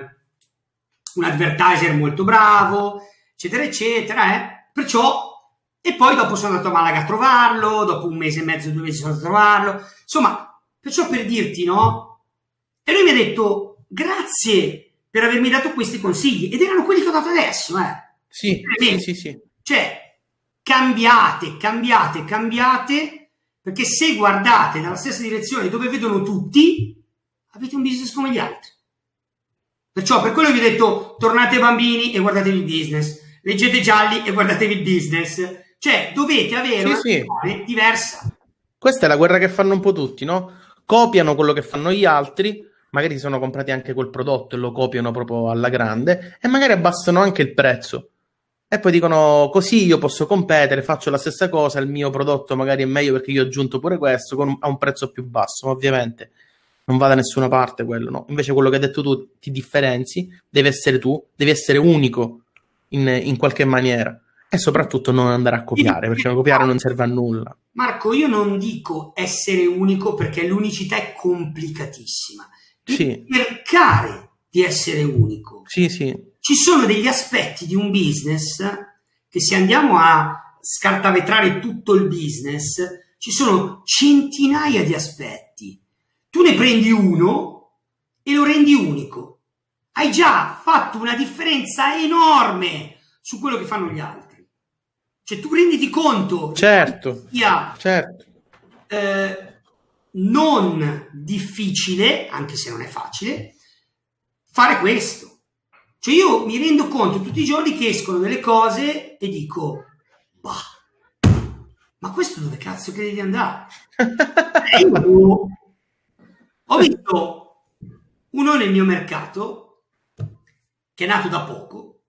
S1: un advertiser molto bravo, eccetera, eccetera. Eh. Perciò, e poi dopo sono andato a Malaga a trovarlo, dopo un mese e mezzo, due mesi sono andato a trovarlo. Insomma, perciò per dirti, no? E lui mi ha detto: grazie per avermi dato questi consigli. Ed erano quelli che ho dato adesso, eh.
S2: Sì, sì, sì, sì.
S1: Cioè, cambiate, cambiate, cambiate, perché se guardate nella stessa direzione dove vedono tutti, avete un business come gli altri. Perciò per quello vi ho detto: tornate bambini e guardatevi il business, leggete gialli e guardatevi il business. Cioè, dovete avere
S2: sì,
S1: una
S2: sì.
S1: visione diversa.
S2: Questa è la guerra che fanno un po' tutti, no? Copiano quello che fanno gli altri, magari si sono comprati anche quel prodotto e lo copiano proprio alla grande, e magari abbassano anche il prezzo. E poi dicono: così io posso competere, faccio la stessa cosa, il mio prodotto magari è meglio perché io ho aggiunto pure questo con un, a un prezzo più basso. Ma ovviamente non va da nessuna parte quello, no? Invece quello che hai detto tu, ti differenzi, devi essere tu, devi essere unico in, in qualche maniera, e soprattutto non andare a copiare, perché copiare non serve a nulla.
S1: Marco, io non dico essere unico, perché l'unicità è complicatissima. Devi
S2: sì.
S1: cercare di essere unico.
S2: Sì, sì.
S1: Ci sono degli aspetti di un business che, se andiamo a scartavetrare tutto il business, ci sono centinaia di aspetti. Tu ne prendi uno e lo rendi unico. Hai già fatto una differenza enorme su quello che fanno gli altri. Cioè, tu renditi conto.
S2: Certo,
S1: sia,
S2: certo.
S1: Eh, non difficile, anche se non è facile, fare questo. Cioè, io mi rendo conto tutti i giorni che escono delle cose e dico: bah, ma questo dove cazzo credi di andare? E io ho visto uno nel mio mercato che è nato da poco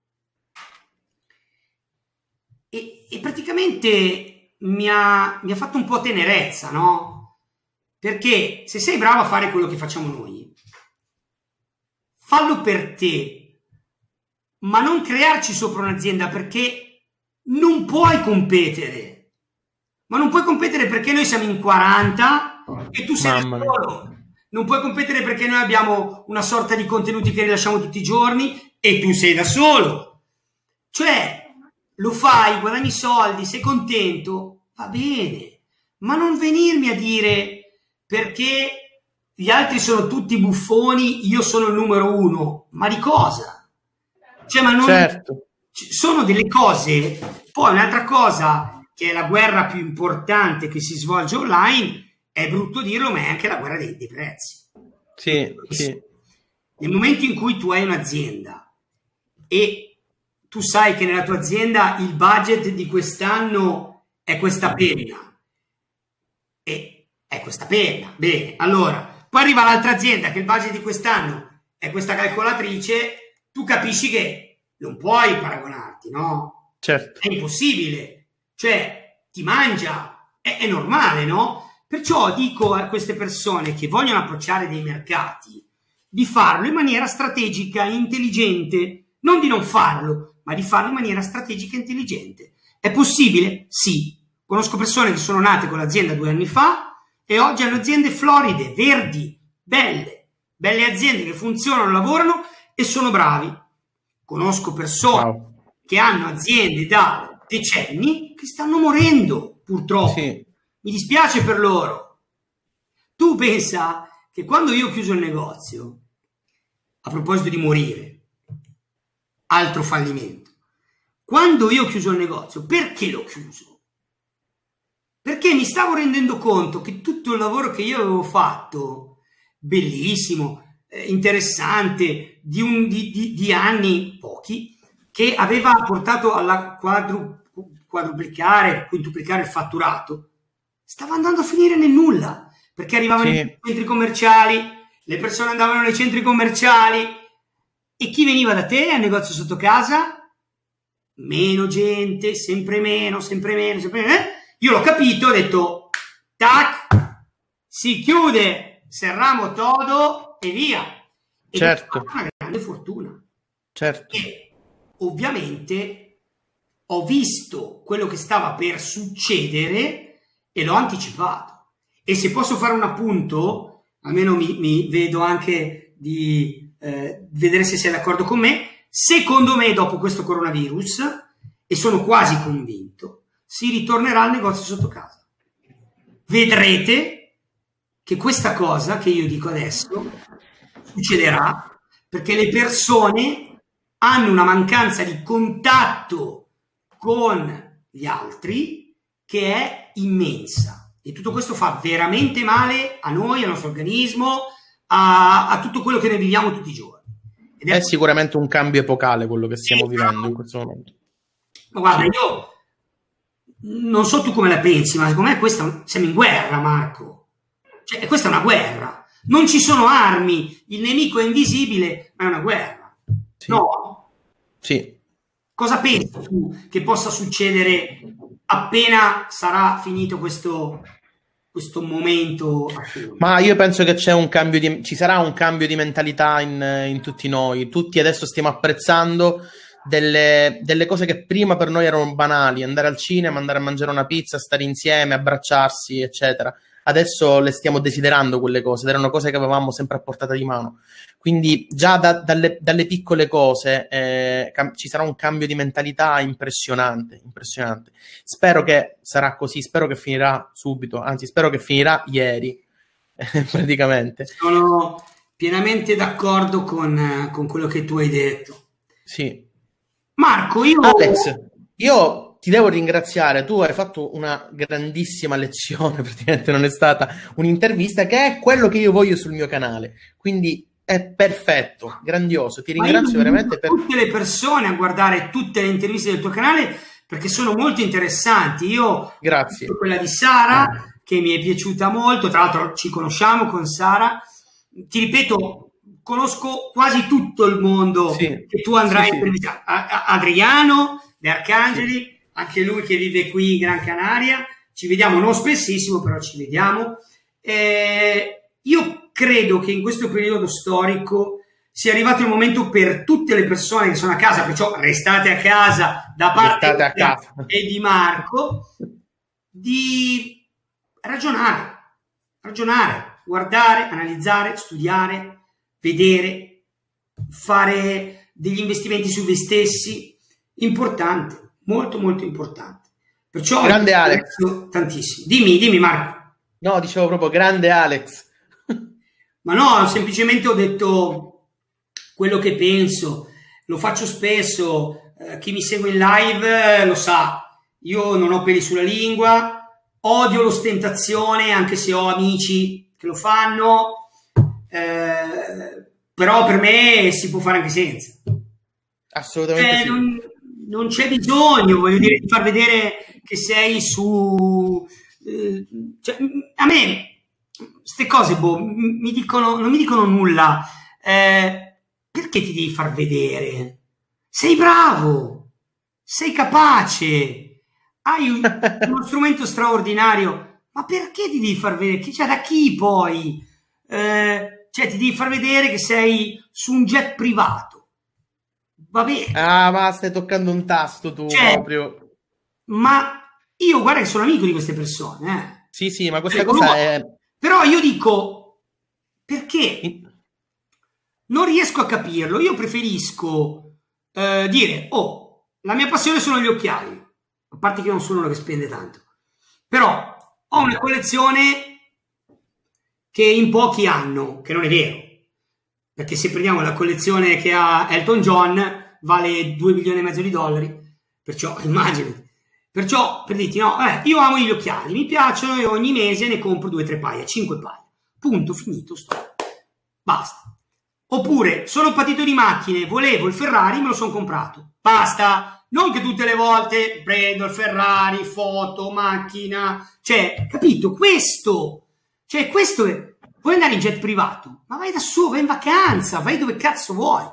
S1: e, e praticamente mi ha, mi ha fatto un po' tenerezza, no? Perché se sei bravo a fare quello che facciamo noi, fallo per te, ma non crearci sopra un'azienda, perché non puoi competere. Ma non puoi competere perché noi siamo in quaranta e tu sei da solo. Non puoi competere perché noi abbiamo una sorta di contenuti che rilasciamo tutti i giorni e tu sei da solo. Cioè, lo fai, guadagni soldi, sei contento, va bene. Ma non venirmi a dire: perché gli altri sono tutti buffoni, io sono il numero uno. Ma di cosa? Cioè, ma non,
S2: certo.
S1: Sono delle cose. Poi un'altra cosa, che è la guerra più importante che si svolge online, è brutto dirlo, ma è anche la guerra dei, dei prezzi.
S2: Sì, sì.
S1: Nel momento in cui tu hai un'azienda e tu sai che nella tua azienda il budget di quest'anno è questa penna, e è questa penna, bene, allora poi arriva l'altra azienda che il budget di quest'anno è questa calcolatrice, tu capisci che non puoi paragonarti, no?
S2: Certo.
S1: È impossibile, cioè ti mangia, è, è normale, no? Perciò dico a queste persone che vogliono approcciare dei mercati di farlo in maniera strategica e intelligente, non di non farlo, ma di farlo in maniera strategica e intelligente. È possibile? Sì. Conosco persone che sono nate con l'azienda due anni fa e oggi hanno aziende floride, verdi, belle, belle aziende che funzionano, lavorano e sono bravi. Conosco persone wow. che hanno aziende da decenni che stanno morendo, purtroppo. Sì. Mi dispiace per loro. Tu pensa che quando io ho chiuso il negozio, a proposito di morire, altro fallimento, quando io ho chiuso il negozio, perché l'ho chiuso? Perché mi stavo rendendo conto che tutto il lavoro che io avevo fatto, bellissimo, eh, interessante, di, un, di, di, di anni, pochi, che aveva portato alla quadru, quadruplicare, quintuplicare il fatturato, stava andando a finire nel nulla, perché arrivavano sì. nei centri commerciali, le persone andavano nei centri commerciali, e chi veniva da te al negozio sotto casa? Meno gente, sempre meno, sempre meno, sempre meno. Eh? Io l'ho capito, ho detto, tac, si chiude, serramo todo e via. E
S2: certo.
S1: È una grande fortuna.
S2: Certo.
S1: E ovviamente ho visto quello che stava per succedere e l'ho anticipato. E se posso fare un appunto, almeno mi, mi vedo anche di eh, vedere se sei d'accordo con me, secondo me dopo questo coronavirus, e sono quasi convinto, si ritornerà al negozio sotto casa. Vedrete che questa cosa che io dico adesso succederà perché le persone hanno una mancanza di contatto con gli altri che è immensa, e tutto questo fa veramente male a noi, al nostro organismo, a, a tutto quello che ne viviamo tutti i giorni. Ed è,
S2: è sicuramente un cambio epocale quello che stiamo vivendo in questo momento.
S1: Ma guarda, io non so tu come la pensi, ma secondo me questa, siamo in guerra, Marco. Cioè, questa è una guerra. Non ci sono armi, il nemico è invisibile, ma è una guerra.
S2: Sì.
S1: No?
S2: Sì.
S1: Cosa pensi tu che possa succedere appena sarà finito questo, questo momento?
S2: Ma io penso che c'è un cambio di, ci sarà un cambio di mentalità in, in tutti noi. Tutti adesso stiamo apprezzando Delle, delle cose che prima per noi erano banali, andare al cinema, andare a mangiare una pizza, stare insieme, abbracciarsi, eccetera. Adesso le stiamo desiderando quelle cose, ed erano cose che avevamo sempre a portata di mano. Quindi già da, dalle, dalle piccole cose eh, cam- ci sarà un cambio di mentalità impressionante, impressionante. Spero che sarà così, spero che finirà subito, anzi spero che finirà ieri, praticamente.
S1: Sono pienamente d'accordo con, con quello che tu hai detto.
S2: Sì.
S1: Marco, io...
S2: Alex, io ti devo ringraziare, tu hai fatto una grandissima lezione, praticamente non è stata un'intervista, che è quello che io voglio sul mio canale, quindi è perfetto, grandioso, ti ringrazio veramente per...
S1: tutte le persone a guardare tutte le interviste del tuo canale, perché sono molto interessanti. Io
S2: Grazie.
S1: Quella di Sara, che mi è piaciuta molto, tra l'altro ci conosciamo con Sara, ti ripeto, conosco quasi tutto il mondo sì, che tu andrai sì, a intervistare. Sì. Adriano De Arcangeli, sì. Anche lui che vive qui in Gran Canaria, ci vediamo non spessissimo, però ci vediamo. Eh, io credo che in questo periodo storico sia arrivato il momento per tutte le persone che sono a casa, perciò restate a casa da parte
S2: a casa.
S1: e di Marco, di ragionare, ragionare, guardare, analizzare, studiare, vedere, fare degli investimenti su voi stessi, importante, molto molto importante. Perciò
S2: grande Alex,
S1: tantissimo. Dimmi, dimmi Marco.
S2: No, dicevo proprio grande Alex.
S1: Ma no, semplicemente ho detto quello che penso, lo faccio spesso, eh, chi mi segue in live eh, lo sa, io non ho peli sulla lingua, odio l'ostentazione anche se ho amici che lo fanno. Eh, però per me si può fare anche senza.
S2: Assolutamente
S1: eh,
S2: sì.
S1: non, non c'è bisogno, voglio dire, di far vedere che sei su eh, cioè, a me queste cose boh, mi dicono, non mi dicono nulla. Eh, perché ti devi far vedere? Sei bravo, sei capace, hai un, uno strumento straordinario, ma perché ti devi far vedere? Cioè, da chi poi? Eh, Cioè, ti devi far vedere che sei su un jet privato. Va bene.
S2: Ah, ma stai toccando un tasto tu,
S1: cioè,
S2: proprio.
S1: ma io guarda che sono amico di queste persone, eh.
S2: Sì, sì, ma questa
S1: Cioè,
S2: cosa
S1: no,
S2: è...
S1: Però io dico, perché non riesco a capirlo. Io preferisco eh, dire, oh, la mia passione sono gli occhiali, a parte che non sono uno che spende tanto, però ho una collezione che in pochi hanno, che non è vero, perché se prendiamo la collezione che ha Elton John vale due milioni e mezzo di dollari, perciò immagini. Perciò, per dirti, no, eh, io amo gli occhiali, mi piacciono e ogni mese ne compro due o tre paia, cinque paia. Punto, finito, sto. Basta. Oppure, sono partito di macchine, volevo il Ferrari, me lo sono comprato. Basta. Non che tutte le volte prendo il Ferrari, foto, macchina. Cioè, capito? Questo. Cioè, questo è... Vuoi andare in jet privato? Ma vai da su, vai in vacanza, vai dove cazzo vuoi.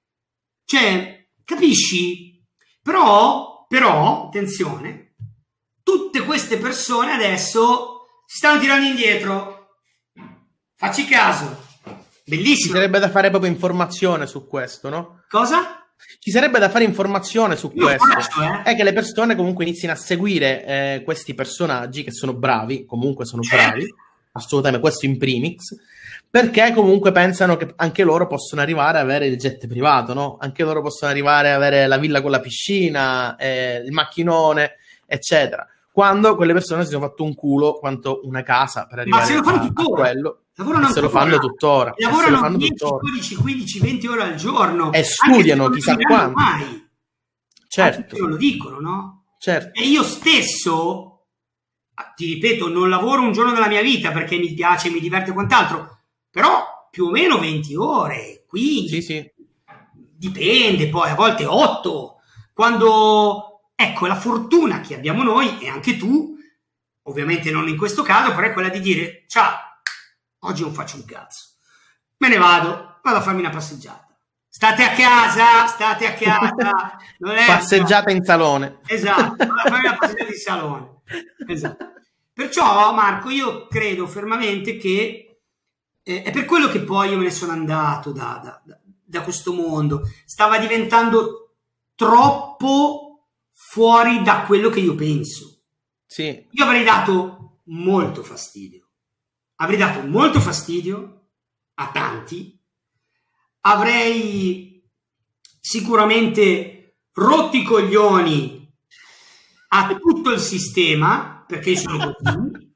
S1: Cioè, capisci? Però... Però, attenzione, tutte queste persone adesso si stanno tirando indietro. Facci caso. Bellissimo.
S2: Ci sarebbe da fare proprio informazione su questo, no?
S1: Cosa?
S2: Ci sarebbe da fare informazione su
S1: Io
S2: questo.
S1: faccio, eh.
S2: È che le persone comunque inizino a seguire eh, questi personaggi che sono bravi, comunque sono
S1: Certo.
S2: bravi, assolutamente, questo in primis, perché comunque pensano che anche loro possono arrivare ad avere il jet privato, no? Anche loro possono arrivare ad avere la villa con la piscina, eh, il macchinone, eccetera. Quando quelle persone si sono fatto un culo quanto una casa per arrivare
S1: Ma se lo fanno
S2: a, a
S1: tuttora.
S2: quello.
S1: Lavorano
S2: E se lo
S1: ancora.
S2: fanno tuttora.
S1: E
S2: E se lo
S1: lavorano
S2: fanno
S1: dieci,
S2: tuttora.
S1: dodici, quindici, venti ore al giorno.
S2: E studiano
S1: Anche se
S2: chissà
S1: non lo diranno
S2: quanto.
S1: mai.
S2: Certo.
S1: Anche se non lo dicono, no?
S2: Certo.
S1: E io stesso, ti ripeto, non lavoro un giorno della mia vita perché mi piace, mi diverte e quant'altro, però più o meno venti ore, quindici,
S2: Sì, sì.
S1: dipende, poi a volte otto, quando, ecco, la fortuna che abbiamo noi, e anche tu, ovviamente non in questo caso, però è quella di dire, ciao, oggi non faccio un cazzo, me ne vado, vado a farmi una passeggiata. State a casa, state a casa. Non è...
S2: Passeggiata in salone.
S1: Esatto, vado a farmi una passeggiata in salone. Esatto. Perciò, Marco, io credo fermamente che eh, è per quello che poi io me ne sono andato da, da, da, da questo mondo. Stava diventando troppo fuori da quello che io penso.
S2: Sì.
S1: Io avrei dato molto fastidio. Avrei dato molto fastidio a tanti. Avrei sicuramente rotto i coglioni a tutto il sistema, perché sono così,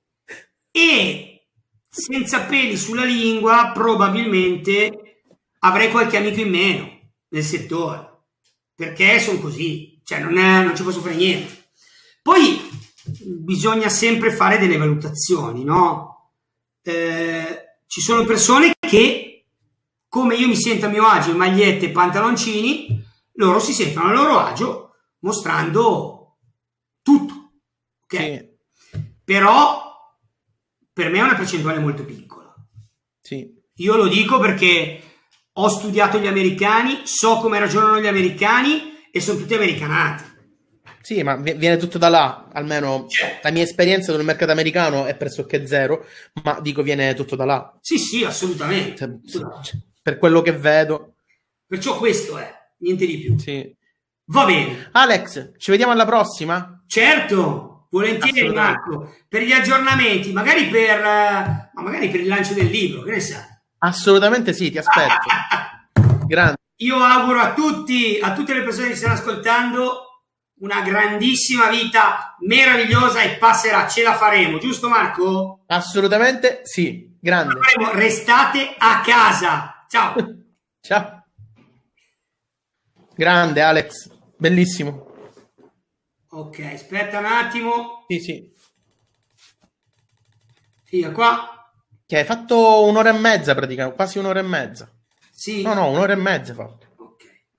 S1: e senza peli sulla lingua probabilmente avrei qualche amico in meno nel settore, perché sono così, cioè non, è, non ci posso fare niente. Poi bisogna sempre fare delle valutazioni, no? Eh, ci sono persone che, come io mi sento a mio agio in magliette e pantaloncini, loro si sentono a loro agio mostrando tutto, ok? Sì. Però per me è una percentuale molto piccola.
S2: Sì.
S1: Io lo dico perché ho studiato gli americani, so come ragionano gli americani e sono tutti americanati.
S2: Sì, ma viene tutto da là, almeno la mia esperienza sul mercato americano è pressoché zero, ma dico viene tutto da là.
S1: Sì, sì, assolutamente.
S2: Cioè, per quello che vedo.
S1: Perciò questo è, niente di più.
S2: Sì.
S1: Va bene.
S2: Alex, ci vediamo alla prossima?
S1: Certo, volentieri Marco, per gli aggiornamenti, magari per, uh, ma magari per il lancio del libro, che ne sai?
S2: Assolutamente sì, ti aspetto. Grande.
S1: Io auguro a tutti, a tutte le persone che stanno ascoltando una grandissima vita, meravigliosa, e passerà, ce la faremo, giusto Marco?
S2: Assolutamente sì, grande.
S1: Restate a casa, ciao.
S2: Ciao. Grande Alex, bellissimo.
S1: Ok, aspetta un attimo.
S2: Sì, sì.
S1: Figa qua.
S2: Che hai fatto un'ora e mezza praticamente, quasi un'ora e mezza.
S1: Sì.
S2: No, no, un'ora e mezza hai fatto.